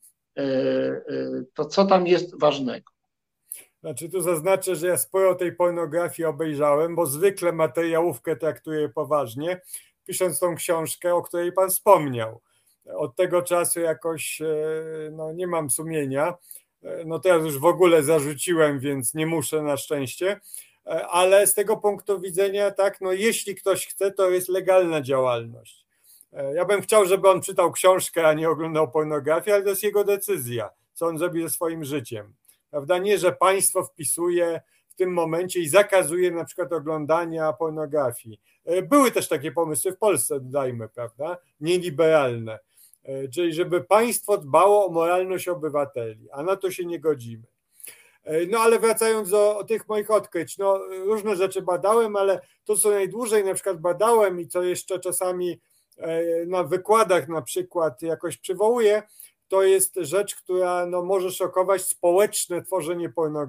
to co tam jest ważnego? Znaczy tu zaznaczę, że ja sporo tej pornografii obejrzałem, bo zwykle materiałówkę traktuję poważnie, pisząc tą książkę, o której pan wspomniał. Od tego czasu jakoś no, nie mam sumienia. No teraz już w ogóle zarzuciłem, więc nie muszę na szczęście. Ale z tego punktu widzenia, tak, no jeśli ktoś chce, to jest legalna działalność. Ja bym chciał, żeby on czytał książkę, a nie oglądał pornografię, ale to jest jego decyzja, co on zrobi ze swoim życiem. Prawda? Nie, że państwo wpisuje w tym momencie i zakazuje na przykład oglądania pornografii. Były też takie pomysły w Polsce, dodajmy, prawda, nieliberalne, czyli żeby państwo dbało o moralność obywateli, a na to się nie godzimy. No ale wracając do tych moich odkryć, no różne rzeczy badałem, ale to, co najdłużej na przykład badałem i co jeszcze czasami na wykładach na przykład jakoś przywołuję, to jest rzecz, która no, może szokować: społeczne tworzenie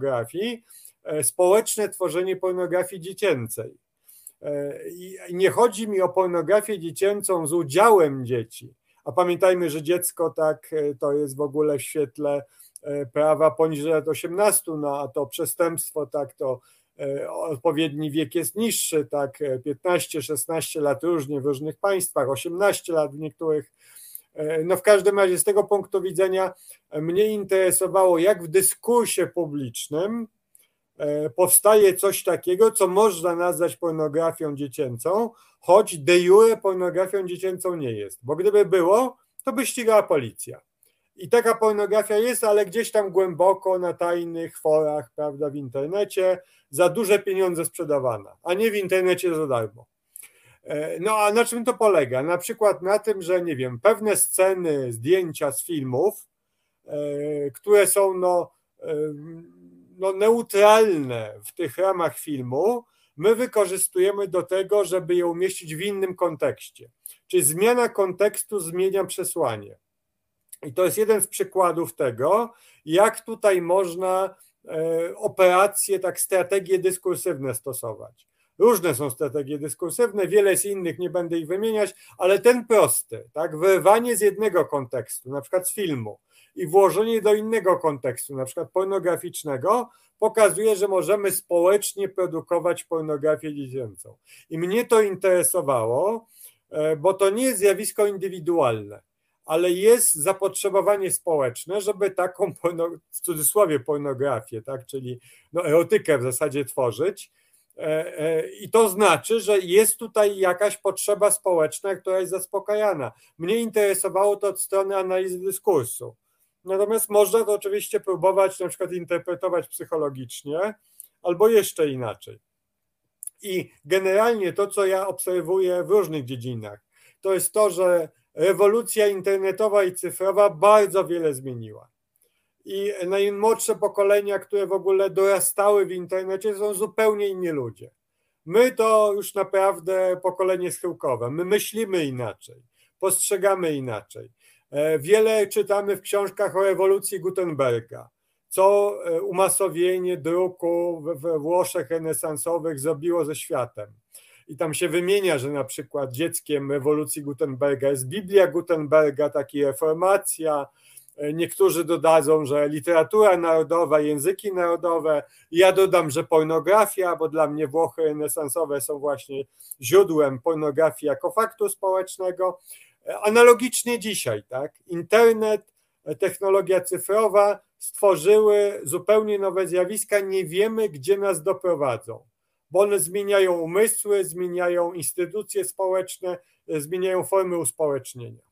pornografii dziecięcej. I nie chodzi mi o pornografię dziecięcą z udziałem dzieci, a pamiętajmy, że dziecko tak to jest w ogóle w świetle prawa poniżej lat 18, no a to przestępstwo, tak, to odpowiedni wiek jest niższy, tak, 15-16 lat różnie w różnych państwach, 18 lat w niektórych. No w każdym razie z tego punktu widzenia mnie interesowało, jak w dyskursie publicznym powstaje coś takiego, co można nazwać pornografią dziecięcą, choć de jure pornografią dziecięcą nie jest, bo gdyby było, to by ścigała policja. I taka pornografia jest, ale gdzieś tam głęboko na tajnych forach, prawda, w internecie, za duże pieniądze sprzedawana, a nie w internecie za darmo. No a na czym to polega? Na przykład na tym, że nie wiem, pewne sceny, zdjęcia z filmów, które są no neutralne w tych ramach filmu, my wykorzystujemy do tego, żeby je umieścić w innym kontekście. Czyli zmiana kontekstu zmienia przesłanie. I to jest jeden z przykładów tego, jak tutaj można operacje, tak, strategie dyskursywne stosować. Różne są strategie dyskursywne, wiele jest innych, nie będę ich wymieniać, ale ten prosty, tak, wyrwanie z jednego kontekstu, na przykład z filmu, i włożenie do innego kontekstu, na przykład pornograficznego, pokazuje, że możemy społecznie produkować pornografię dziecięcą. I mnie to interesowało, bo to nie jest zjawisko indywidualne, ale jest zapotrzebowanie społeczne, żeby taką, w cudzysłowie, pornografię, tak, czyli no, erotykę w zasadzie tworzyć. I to znaczy, że jest tutaj jakaś potrzeba społeczna, która jest zaspokajana. Mnie interesowało to od strony analizy dyskursu. Natomiast można to oczywiście próbować na przykład interpretować psychologicznie albo jeszcze inaczej. I generalnie to, co ja obserwuję w różnych dziedzinach, to jest to, że rewolucja internetowa i cyfrowa bardzo wiele zmieniła. I najmłodsze pokolenia, które w ogóle dorastały w internecie, są zupełnie inni ludzie. My to już naprawdę pokolenie schyłkowe. My myślimy inaczej, postrzegamy inaczej. Wiele czytamy w książkach o rewolucji Gutenberga, co umasowienie druku we Włoszech renesansowych zrobiło ze światem. i tam się wymienia, że na przykład dzieckiem rewolucji Gutenberga jest Biblia Gutenberga, taki reformacja. Niektórzy dodadzą, że literatura narodowa, języki narodowe. Ja dodam, że pornografia, bo dla mnie Włochy renesansowe są właśnie źródłem pornografii jako faktu społecznego. Analogicznie dzisiaj, tak? Internet, technologia cyfrowa stworzyły zupełnie nowe zjawiska. Nie wiemy, gdzie nas doprowadzą, bo one zmieniają umysły, zmieniają instytucje społeczne, zmieniają formy uspołecznienia.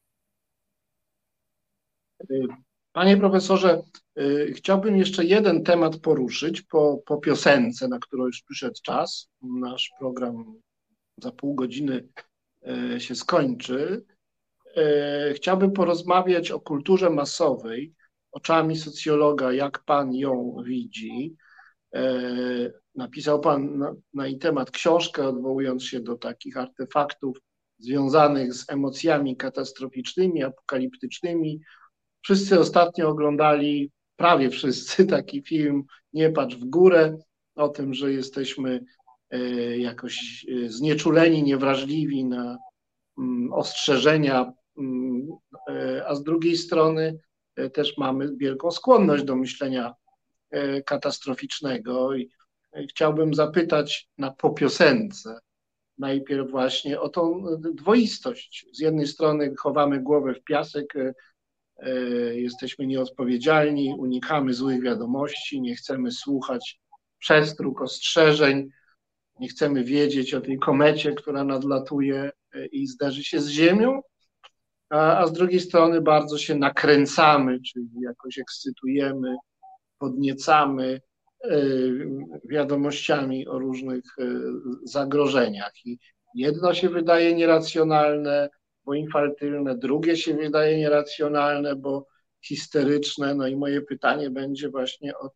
Panie profesorze, chciałbym jeszcze jeden temat poruszyć po piosence, na którą już przyszedł czas. Nasz program za pół godziny się skończy. Chciałbym porozmawiać o kulturze masowej oczami socjologa, jak pan ją widzi. Napisał pan na jej temat książkę, odwołując się do takich artefaktów związanych z emocjami katastroficznymi, apokaliptycznymi. Wszyscy ostatnio oglądali, prawie wszyscy, taki film Nie patrz w górę, o tym, że jesteśmy jakoś znieczuleni, niewrażliwi na ostrzeżenia, a z drugiej strony też mamy wielką skłonność do myślenia katastroficznego. I chciałbym zapytać po piosence najpierw właśnie o tą dwoistość. Z jednej strony chowamy głowę w piasek, jesteśmy nieodpowiedzialni, unikamy złych wiadomości, nie chcemy słuchać przestróg, ostrzeżeń, nie chcemy wiedzieć o tej komecie, która nadlatuje i zderzy się z Ziemią, a z drugiej strony bardzo się nakręcamy, czyli jakoś ekscytujemy, podniecamy wiadomościami o różnych zagrożeniach. I jedno się wydaje nieracjonalne, bo infantylne, drugie się wydaje nieracjonalne, bo histeryczne. No i moje pytanie będzie właśnie o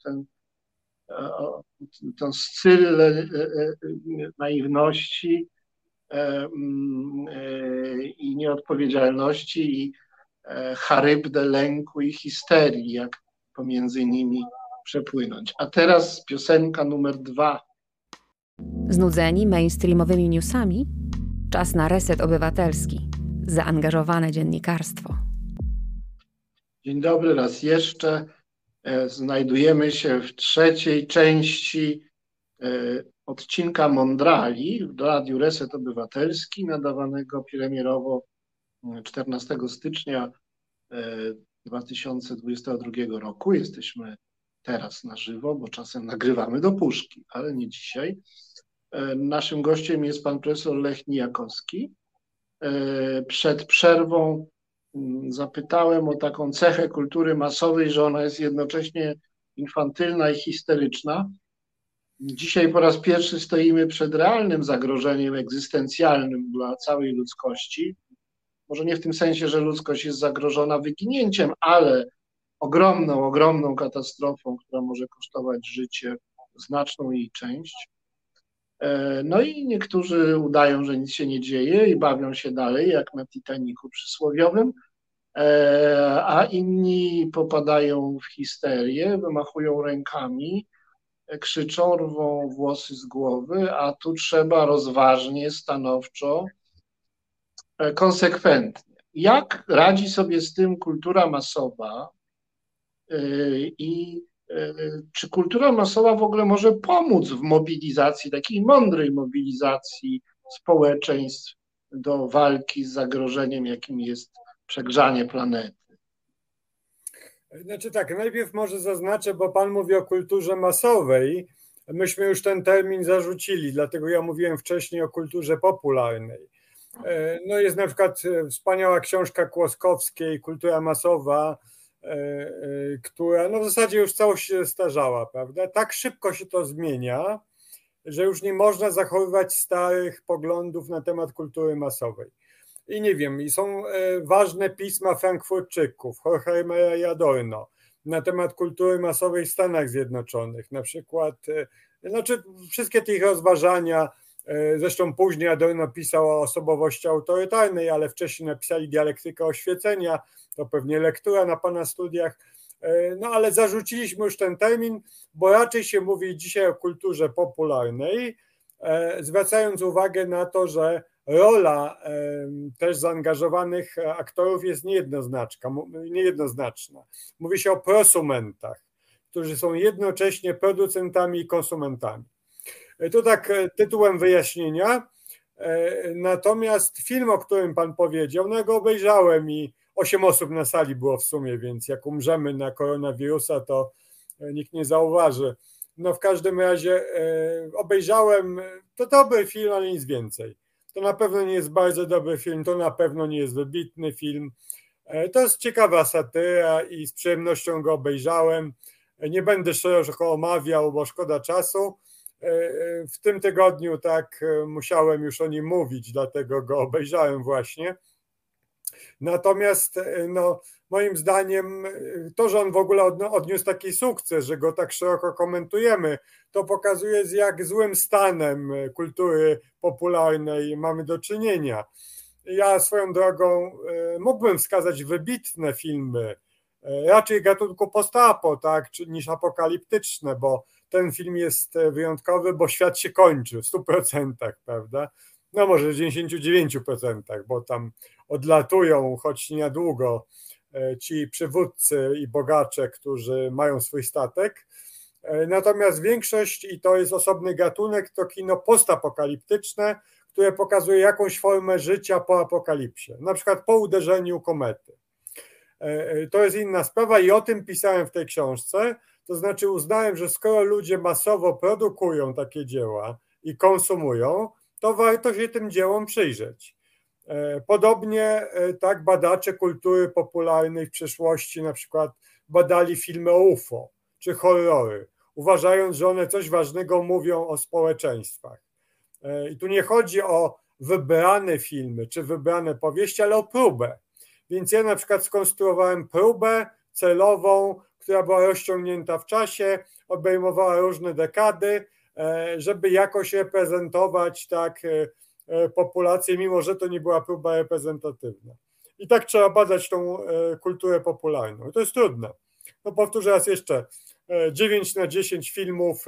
tę scylę naiwności i nieodpowiedzialności i charybdę lęku i histerii, jak pomiędzy nimi przepłynąć. A teraz piosenka numer 2. Znudzeni mainstreamowymi newsami? Czas na reset obywatelski. Zaangażowane dziennikarstwo. Dzień dobry raz jeszcze. Znajdujemy się w trzeciej części odcinka Mondrali w Radiu Reset Obywatelski, nadawanego premierowo 14 stycznia 2022 roku. Jesteśmy teraz na żywo, bo czasem nagrywamy do puszki, ale nie dzisiaj. Naszym gościem jest pan profesor Lech Nijakowski. Przed przerwą zapytałem o taką cechę kultury masowej, że ona jest jednocześnie infantylna i histeryczna. Dzisiaj po raz pierwszy stoimy przed realnym zagrożeniem egzystencjalnym dla całej ludzkości. Może nie w tym sensie, że ludzkość jest zagrożona wyginięciem, ale ogromną katastrofą, która może kosztować życie, znaczną jej część. No i niektórzy udają, że nic się nie dzieje i bawią się dalej, jak na Titanicu przysłowiowym, a inni popadają w histerię, wymachują rękami, krzyczą, rwą włosy z głowy, a tu trzeba rozważnie, stanowczo, konsekwentnie. Jak radzi sobie z tym kultura masowa i czy kultura masowa w ogóle może pomóc w mobilizacji, takiej mądrej mobilizacji społeczeństw do walki z zagrożeniem, jakim jest przegrzanie planety? Znaczy tak, najpierw może zaznaczę, bo pan mówi o kulturze masowej. Myśmy już ten termin zarzucili, dlatego ja mówiłem wcześniej o kulturze popularnej. No jest na przykład wspaniała książka Kłoskowskiej, Kultura masowa, która no w zasadzie już całość się starzała, prawda? Tak szybko się to zmienia, że już nie można zachowywać starych poglądów na temat kultury masowej. I nie wiem, i są ważne pisma Frankfurtczyków, Horkheimera i Adorno na temat kultury masowej w Stanach Zjednoczonych. Na przykład, znaczy wszystkie te ich rozważania, zresztą później Adorno pisał o osobowości autorytarnej, ale wcześniej napisali Dialektykę oświecenia, to pewnie lektura na pana studiach. No ale zarzuciliśmy już ten termin, bo raczej się mówi dzisiaj o kulturze popularnej, zwracając uwagę na to, że rola też zaangażowanych aktorów jest niejednoznaczna. Mówi się o prosumentach, którzy są jednocześnie producentami i konsumentami. To tak tytułem wyjaśnienia. Natomiast film, o którym pan powiedział, no ja go obejrzałem i 8 osób na sali było w sumie, więc jak umrzemy na koronawirusa, to nikt nie zauważy. No w każdym razie obejrzałem, to dobry film, ale nic więcej. To na pewno nie jest bardzo dobry film, to na pewno nie jest wybitny film. To jest ciekawa satyra i z przyjemnością go obejrzałem. Nie będę szeroko omawiał, bo szkoda czasu. W tym tygodniu tak musiałem już o nim mówić, dlatego go obejrzałem właśnie. Natomiast no, moim zdaniem to, że on w ogóle odniósł taki sukces, że go tak szeroko komentujemy, to pokazuje, z jak złym stanem kultury popularnej mamy do czynienia. Ja swoją drogą mógłbym wskazać wybitne filmy, raczej gatunku post-apo, tak, niż apokaliptyczne, bo ten film jest wyjątkowy, bo świat się kończy w 100%, prawda? No może w 99%, bo tam odlatują, choć niedługo, ci przywódcy i bogacze, którzy mają swój statek. Natomiast większość, i to jest osobny gatunek, to kino postapokaliptyczne, które pokazuje jakąś formę życia po apokalipsie, na przykład po uderzeniu komety. To jest inna sprawa i o tym pisałem w tej książce, to znaczy uznałem, że skoro ludzie masowo produkują takie dzieła i konsumują, to warto się tym dziełom przyjrzeć. Podobnie tak badacze kultury popularnej w przeszłości na przykład badali filmy o UFO czy horrory, uważając, że one coś ważnego mówią o społeczeństwach. I tu nie chodzi o wybrane filmy czy wybrane powieści, ale o próbę. Więc ja na przykład skonstruowałem próbę celową, która była rozciągnięta w czasie, obejmowała różne dekady, żeby jakoś reprezentować tak populację, mimo że to nie była próba reprezentatywna. I tak trzeba badać tą kulturę popularną. I to jest trudne. No powtórzę raz jeszcze, 9 na 10 filmów,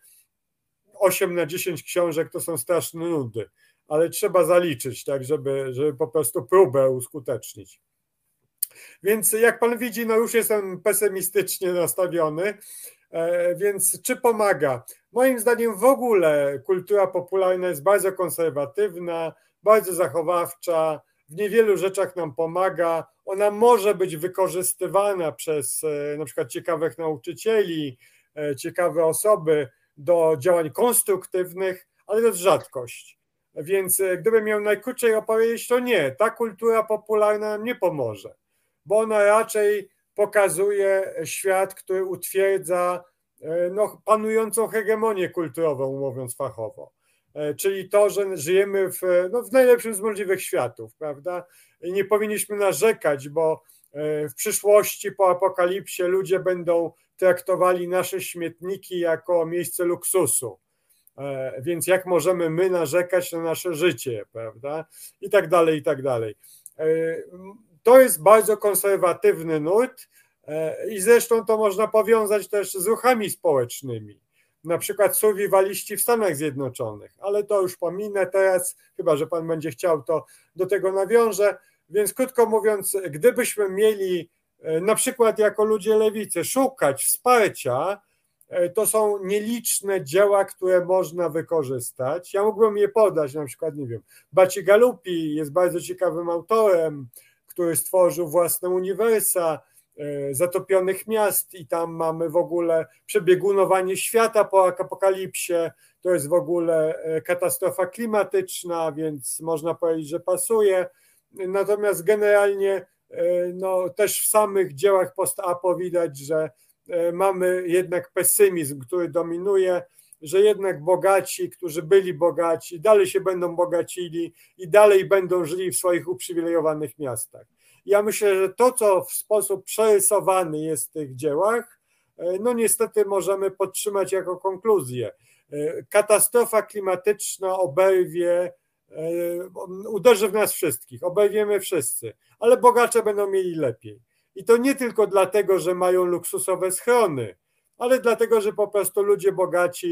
8 na 10 książek to są straszne nudy, ale trzeba zaliczyć, tak, żeby po prostu próbę uskutecznić. Więc jak pan widzi, no już jestem pesymistycznie nastawiony, więc czy pomaga? Moim zdaniem w ogóle kultura popularna jest bardzo konserwatywna, bardzo zachowawcza, w niewielu rzeczach nam pomaga. Ona może być wykorzystywana przez na przykład ciekawych nauczycieli, ciekawe osoby do działań konstruktywnych, ale to jest rzadkość. Więc gdybym miał najkrócej opowiedzieć, to nie, ta kultura popularna nam nie pomoże, bo ona raczej pokazuje świat, który utwierdza no, panującą hegemonię kulturową, mówiąc fachowo. Czyli to, że żyjemy w najlepszym z możliwych światów, prawda? I nie powinniśmy narzekać, bo w przyszłości po apokalipsie ludzie będą traktowali nasze śmietniki jako miejsce luksusu. Więc jak możemy my narzekać na nasze życie, prawda? I tak dalej, i tak dalej. To jest bardzo konserwatywny nurt i zresztą to można powiązać też z ruchami społecznymi. Na przykład survivaliści w Stanach Zjednoczonych, ale to już pominę teraz, chyba że pan będzie chciał, to do tego nawiążę. Więc krótko mówiąc, gdybyśmy mieli na przykład jako ludzie lewicy szukać wsparcia, to są nieliczne dzieła, które można wykorzystać. Ja mógłbym je podać, na przykład, nie wiem, Bacigalupi jest bardzo ciekawym autorem, który stworzył własne uniwersa zatopionych miast i tam mamy w ogóle przebiegunowanie świata po apokalipsie, to jest w ogóle katastrofa klimatyczna, więc można powiedzieć, że pasuje. Natomiast generalnie no, też w samych dziełach post-apo widać, że mamy jednak pesymizm, który dominuje, że jednak bogaci, którzy byli bogaci, dalej się będą bogacili i dalej będą żyli w swoich uprzywilejowanych miastach. Ja myślę, że to, co w sposób przerysowany jest w tych dziełach, no niestety możemy podtrzymać jako konkluzję. Katastrofa klimatyczna uderzy w nas wszystkich, oberwiemy wszyscy, ale bogacze będą mieli lepiej. I to nie tylko dlatego, że mają luksusowe schrony, ale dlatego, że po prostu ludzie bogaci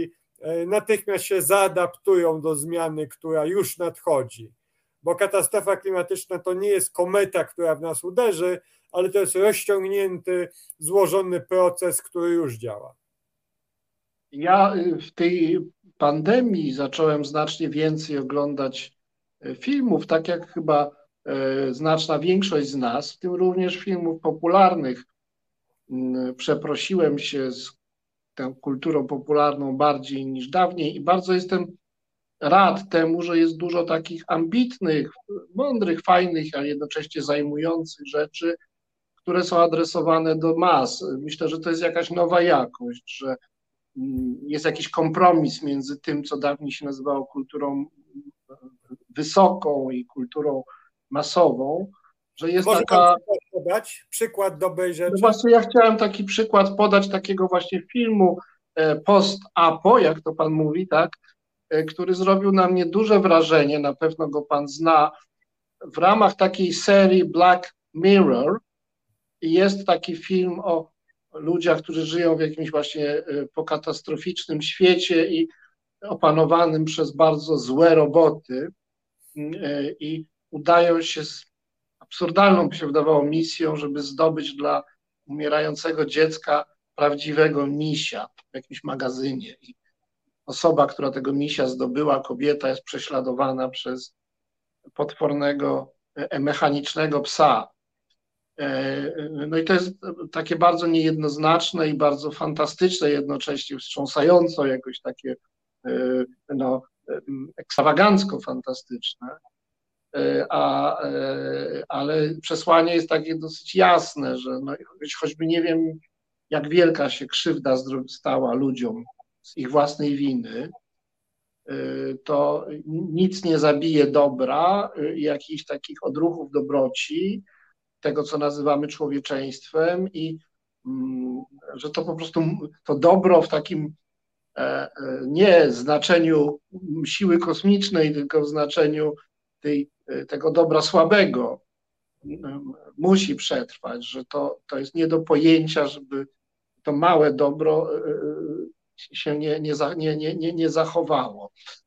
natychmiast się zaadaptują do zmiany, która już nadchodzi. Bo katastrofa klimatyczna to nie jest kometa, która w nas uderzy, ale to jest rozciągnięty, złożony proces, który już działa. Ja w tej pandemii zacząłem znacznie więcej oglądać filmów, tak jak chyba znaczna większość z nas, w tym również filmów popularnych. Przeprosiłem się z tą kulturą popularną bardziej niż dawniej i bardzo jestem rad temu, że jest dużo takich ambitnych, mądrych, fajnych, a jednocześnie zajmujących rzeczy, które są adresowane do mas. Myślę, że to jest jakaś nowa jakość, że jest jakiś kompromis między tym, co dawniej się nazywało kulturą wysoką i kulturą masową, że jest Może taka... podać przykład dobrej rzeczy? No właśnie ja chciałem taki przykład podać takiego właśnie filmu post-apo, jak to pan mówi, tak, który zrobił na mnie duże wrażenie, na pewno go pan zna, w ramach takiej serii Black Mirror. Jest taki film o ludziach, którzy żyją w jakimś właśnie pokatastroficznym świecie i opanowanym przez bardzo złe roboty i udają się z absurdalną, by się wydawało, misją, żeby zdobyć dla umierającego dziecka prawdziwego misia w jakimś magazynie. I osoba, która tego misia zdobyła, kobieta, jest prześladowana przez potwornego, mechanicznego psa. No i to jest takie bardzo niejednoznaczne i bardzo fantastyczne, jednocześnie wstrząsająco, jakoś takie no, ekstrawagancko fantastyczne, ale przesłanie jest takie dosyć jasne, że no, choćby nie wiem, jak wielka się krzywda stała ludziom z ich własnej winy, to nic nie zabije dobra, jakichś takich odruchów dobroci, tego, co nazywamy człowieczeństwem i że to po prostu to dobro w takim nie znaczeniu siły kosmicznej, tylko w znaczeniu tego dobra słabego musi przetrwać, że to jest nie do pojęcia, żeby to małe dobro się nie zachowało.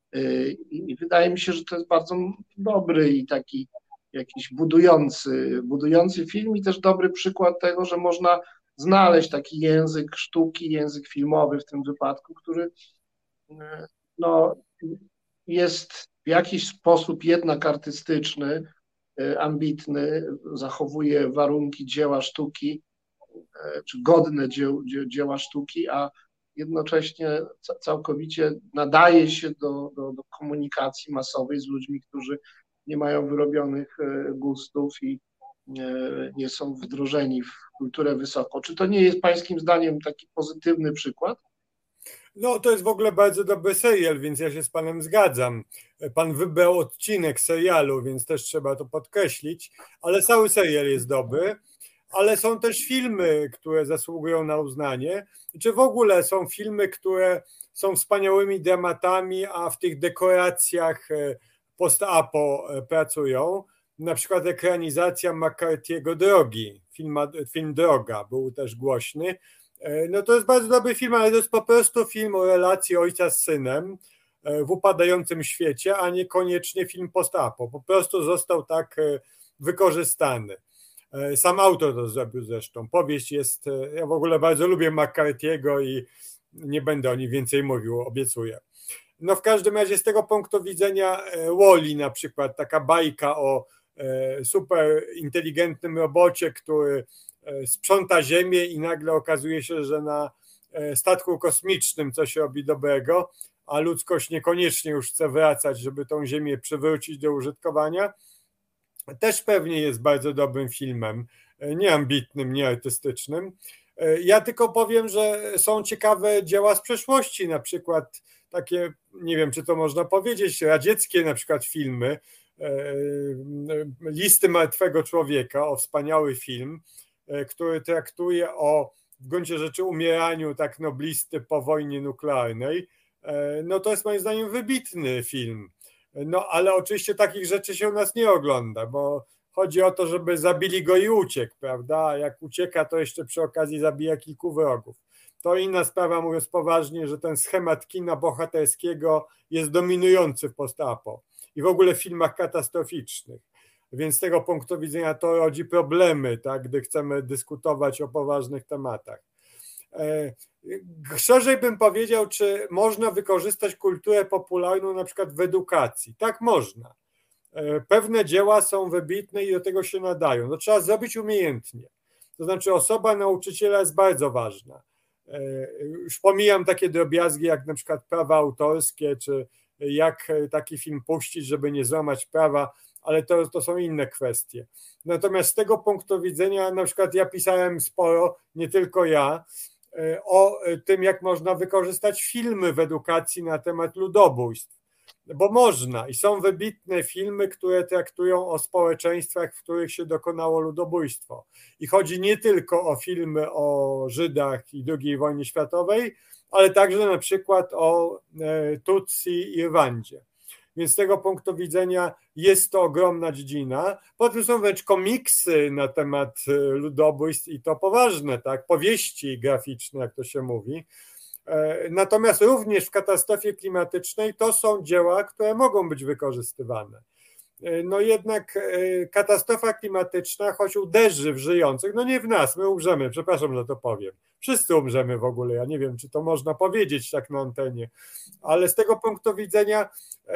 I wydaje mi się, że to jest bardzo dobry i taki jakiś budujący film i też dobry przykład tego, że można znaleźć taki język sztuki, język filmowy w tym wypadku, który no, jest w jakiś sposób jednak artystyczny, ambitny, zachowuje warunki dzieła sztuki, czy godne dzieła sztuki, a jednocześnie całkowicie nadaje się do komunikacji masowej z ludźmi, którzy nie mają wyrobionych gustów i nie są wdrożeni w kulturę wysoką. Czy to nie jest pańskim zdaniem taki pozytywny przykład? No to jest w ogóle bardzo dobry serial, więc ja się z panem zgadzam. Pan wybrał odcinek serialu, więc też trzeba to podkreślić, ale cały serial jest dobry, ale są też filmy, które zasługują na uznanie, czy w ogóle są filmy, które są wspaniałymi dramatami, a w tych dekoracjach post-apo pracują. Na przykład ekranizacja McCarthy'ego Drogi, film Droga był też głośny. No to jest bardzo dobry film, ale to jest po prostu film o relacji ojca z synem w upadającym świecie, a niekoniecznie film post-apo. Po prostu został tak wykorzystany. Sam autor to zrobił zresztą. Powieść jest, ja w ogóle bardzo lubię McCarthy'ego i nie będę o nim więcej mówił, obiecuję. No w każdym razie z tego punktu widzenia Wall-E na przykład, taka bajka o super inteligentnym robocie, który sprząta ziemię i nagle okazuje się, że na statku kosmicznym coś robi dobrego, a ludzkość niekoniecznie już chce wracać, żeby tą ziemię przywrócić do użytkowania. Też pewnie jest bardzo dobrym filmem, nieambitnym, nieartystycznym. Ja tylko powiem, że są ciekawe dzieła z przeszłości, na przykład takie, nie wiem, czy to można powiedzieć, radzieckie na przykład filmy, Listy martwego człowieka, o wspaniały film, który traktuje o w gruncie rzeczy umieraniu tak noblisty po wojnie nuklearnej. No to jest moim zdaniem wybitny film. No ale oczywiście takich rzeczy się u nas nie ogląda, bo chodzi o to, żeby zabili go i uciekł, prawda? A jak ucieka, to jeszcze przy okazji zabija kilku wrogów. To inna sprawa, mówiąc poważnie, że ten schemat kina bohaterskiego jest dominujący w post-apo i w ogóle w filmach katastroficznych. Więc z tego punktu widzenia to rodzi problemy, tak, gdy chcemy dyskutować o poważnych tematach. Szerzej bym powiedział, czy można wykorzystać kulturę popularną na przykład w edukacji. Tak, można. Pewne dzieła są wybitne i do tego się nadają. To trzeba zrobić umiejętnie. To znaczy osoba nauczyciela jest bardzo ważna. Już pomijam takie drobiazgi jak na przykład prawa autorskie, czy jak taki film puścić, żeby nie złamać prawa, ale to są inne kwestie. Natomiast z tego punktu widzenia, na przykład ja pisałem sporo, nie tylko ja, o tym, jak można wykorzystać filmy w edukacji na temat ludobójstw. Bo można i są wybitne filmy, które traktują o społeczeństwach, w których się dokonało ludobójstwo. I chodzi nie tylko o filmy o Żydach i II wojnie światowej, ale także na przykład o Tutsi i Rwandzie. Więc z tego punktu widzenia jest to ogromna dziedzina. Potem są wręcz komiksy na temat ludobójstw i to poważne, tak? Powieści graficzne, jak to się mówi. Natomiast również w katastrofie klimatycznej to są dzieła, które mogą być wykorzystywane. No jednak katastrofa klimatyczna, choć uderzy w żyjących, no nie w nas, my umrzemy, przepraszam, że to powiem. Wszyscy umrzemy w ogóle, ja nie wiem, czy to można powiedzieć tak na antenie, ale z tego punktu widzenia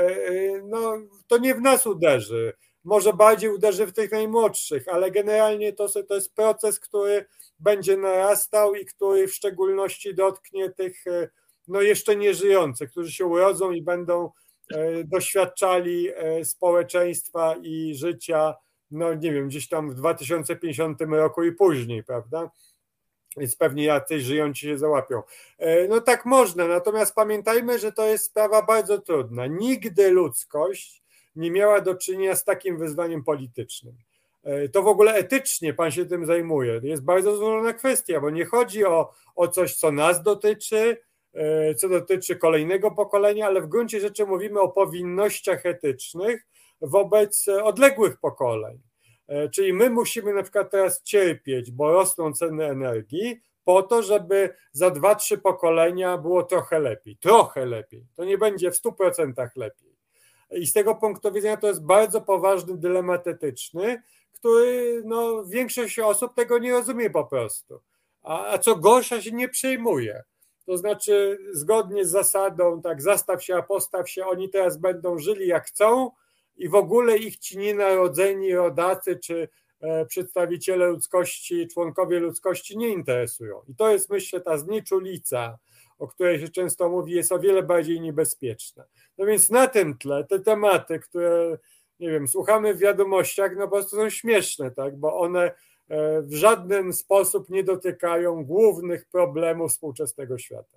no, to nie w nas uderzy. Może bardziej uderzy w tych najmłodszych, ale generalnie to jest proces, który będzie narastał i który w szczególności dotknie tych no, jeszcze nieżyjących, którzy się urodzą i będą doświadczali społeczeństwa i życia, no nie wiem, gdzieś tam w 2050 roku i później, prawda? Więc pewnie jacyś żyjący się załapią. No tak można, natomiast pamiętajmy, że to jest sprawa bardzo trudna. Nigdy ludzkość nie miała do czynienia z takim wyzwaniem politycznym. To w ogóle etycznie pan się tym zajmuje. Jest bardzo złożona kwestia, bo nie chodzi o coś, co nas dotyczy, co dotyczy kolejnego pokolenia, ale w gruncie rzeczy mówimy o powinnościach etycznych wobec odległych pokoleń. Czyli my musimy na przykład teraz cierpieć, bo rosną ceny energii, po to, żeby za 2-3 pokolenia było trochę lepiej. Trochę lepiej. To nie będzie w 100% lepiej. I z tego punktu widzenia to jest bardzo poważny dylemat etyczny, który no, większość osób tego nie rozumie po prostu. A co gorsza się nie przejmuje. To znaczy zgodnie z zasadą, tak, zastaw się, a postaw się, oni teraz będą żyli jak chcą i w ogóle ich ci nienarodzeni rodacy czy przedstawiciele ludzkości, członkowie ludzkości nie interesują. I to jest, myślę, ta znieczulica, o której się często mówi, jest o wiele bardziej niebezpieczna. No więc na tym tle te tematy, które, nie wiem, słuchamy w wiadomościach, no po prostu są śmieszne, tak, bo one w żaden sposób nie dotykają głównych problemów współczesnego świata.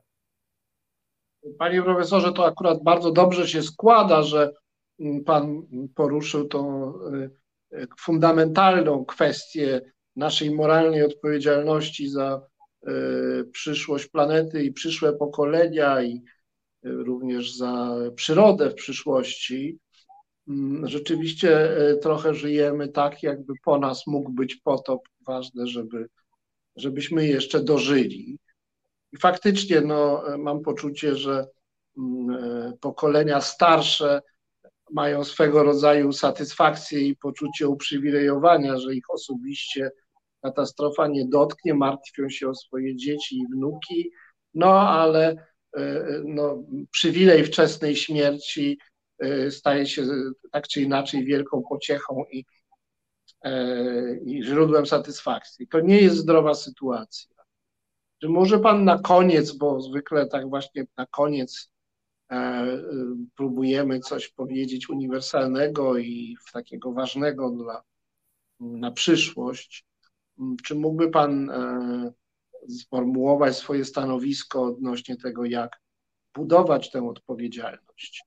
Panie profesorze, to akurat bardzo dobrze się składa, że pan poruszył tą fundamentalną kwestię naszej moralnej odpowiedzialności za przyszłość planety i przyszłe pokolenia i również za przyrodę w przyszłości. Rzeczywiście trochę żyjemy tak, jakby po nas mógł być potop. Ważne, żebyśmy jeszcze dożyli. I faktycznie no, mam poczucie, że pokolenia starsze mają swego rodzaju satysfakcję i poczucie uprzywilejowania, że ich osobiście katastrofa nie dotknie, martwią się o swoje dzieci i wnuki, no ale no, przywilej wczesnej śmierci staje się tak czy inaczej wielką pociechą i źródłem satysfakcji. To nie jest zdrowa sytuacja. Czy może pan na koniec, bo zwykle tak właśnie na koniec próbujemy coś powiedzieć uniwersalnego i takiego ważnego na przyszłość, czy mógłby pan sformułować swoje stanowisko odnośnie tego, jak budować tę odpowiedzialność?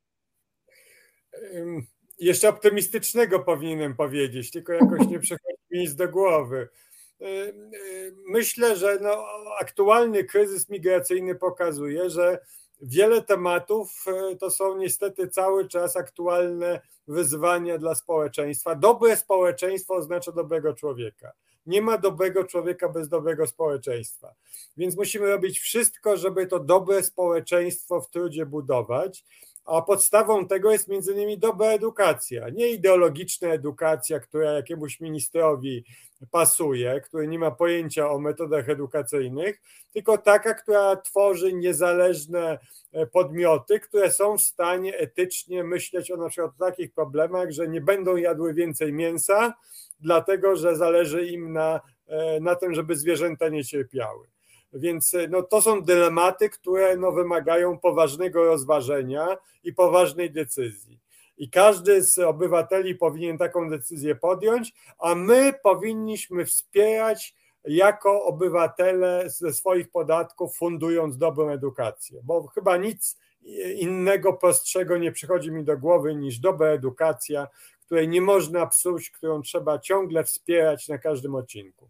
Jeszcze optymistycznego powinienem powiedzieć, tylko jakoś nie przychodzi mi nic do głowy. Myślę, że no, aktualny kryzys migracyjny pokazuje, że wiele tematów to są niestety cały czas aktualne wyzwania dla społeczeństwa. Dobre społeczeństwo oznacza dobrego człowieka. Nie ma dobrego człowieka bez dobrego społeczeństwa. Więc musimy robić wszystko, żeby to dobre społeczeństwo w trudzie budować, a podstawą tego jest między innymi dobra edukacja. Nie ideologiczna edukacja, która jakiemuś ministrowi pasuje, który nie ma pojęcia o metodach edukacyjnych, tylko taka, która tworzy niezależne podmioty, które są w stanie etycznie myśleć o na przykład o takich problemach, że nie będą jadły więcej mięsa, dlatego że zależy im na tym, żeby zwierzęta nie cierpiały. Więc to są dylematy, które wymagają poważnego rozważenia i poważnej decyzji. I każdy z obywateli powinien taką decyzję podjąć, a my powinniśmy wspierać jako obywatele ze swoich podatków, fundując dobrą edukację. Bo chyba nic innego prostszego nie przychodzi mi do głowy niż dobra edukacja, której nie można psuć, którą trzeba ciągle wspierać na każdym odcinku.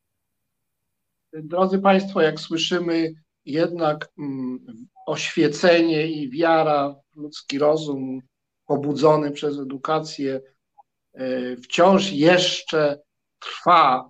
Drodzy Państwo, jak słyszymy, jednak oświecenie i wiara w ludzki rozum pobudzony przez edukację wciąż jeszcze trwa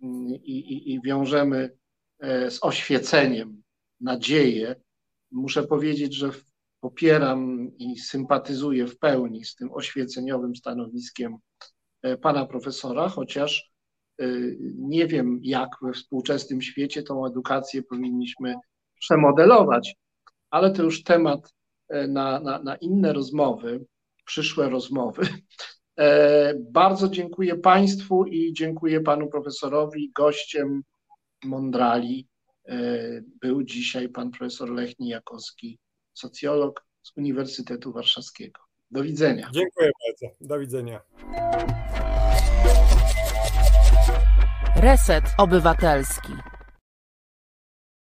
i wiążemy z oświeceniem nadzieję. Muszę powiedzieć, że popieram i sympatyzuję w pełni z tym oświeceniowym stanowiskiem pana profesora, chociaż nie wiem, jak we współczesnym świecie tą edukację powinniśmy przemodelować, ale to już temat na inne rozmowy, przyszłe rozmowy. Bardzo dziękuję Państwu i dziękuję panu profesorowi. Gościem Mondrali był dzisiaj pan profesor Lech Nijakowski, socjolog z Uniwersytetu Warszawskiego. Do widzenia. Dziękuję bardzo. Do widzenia. Reset Obywatelski.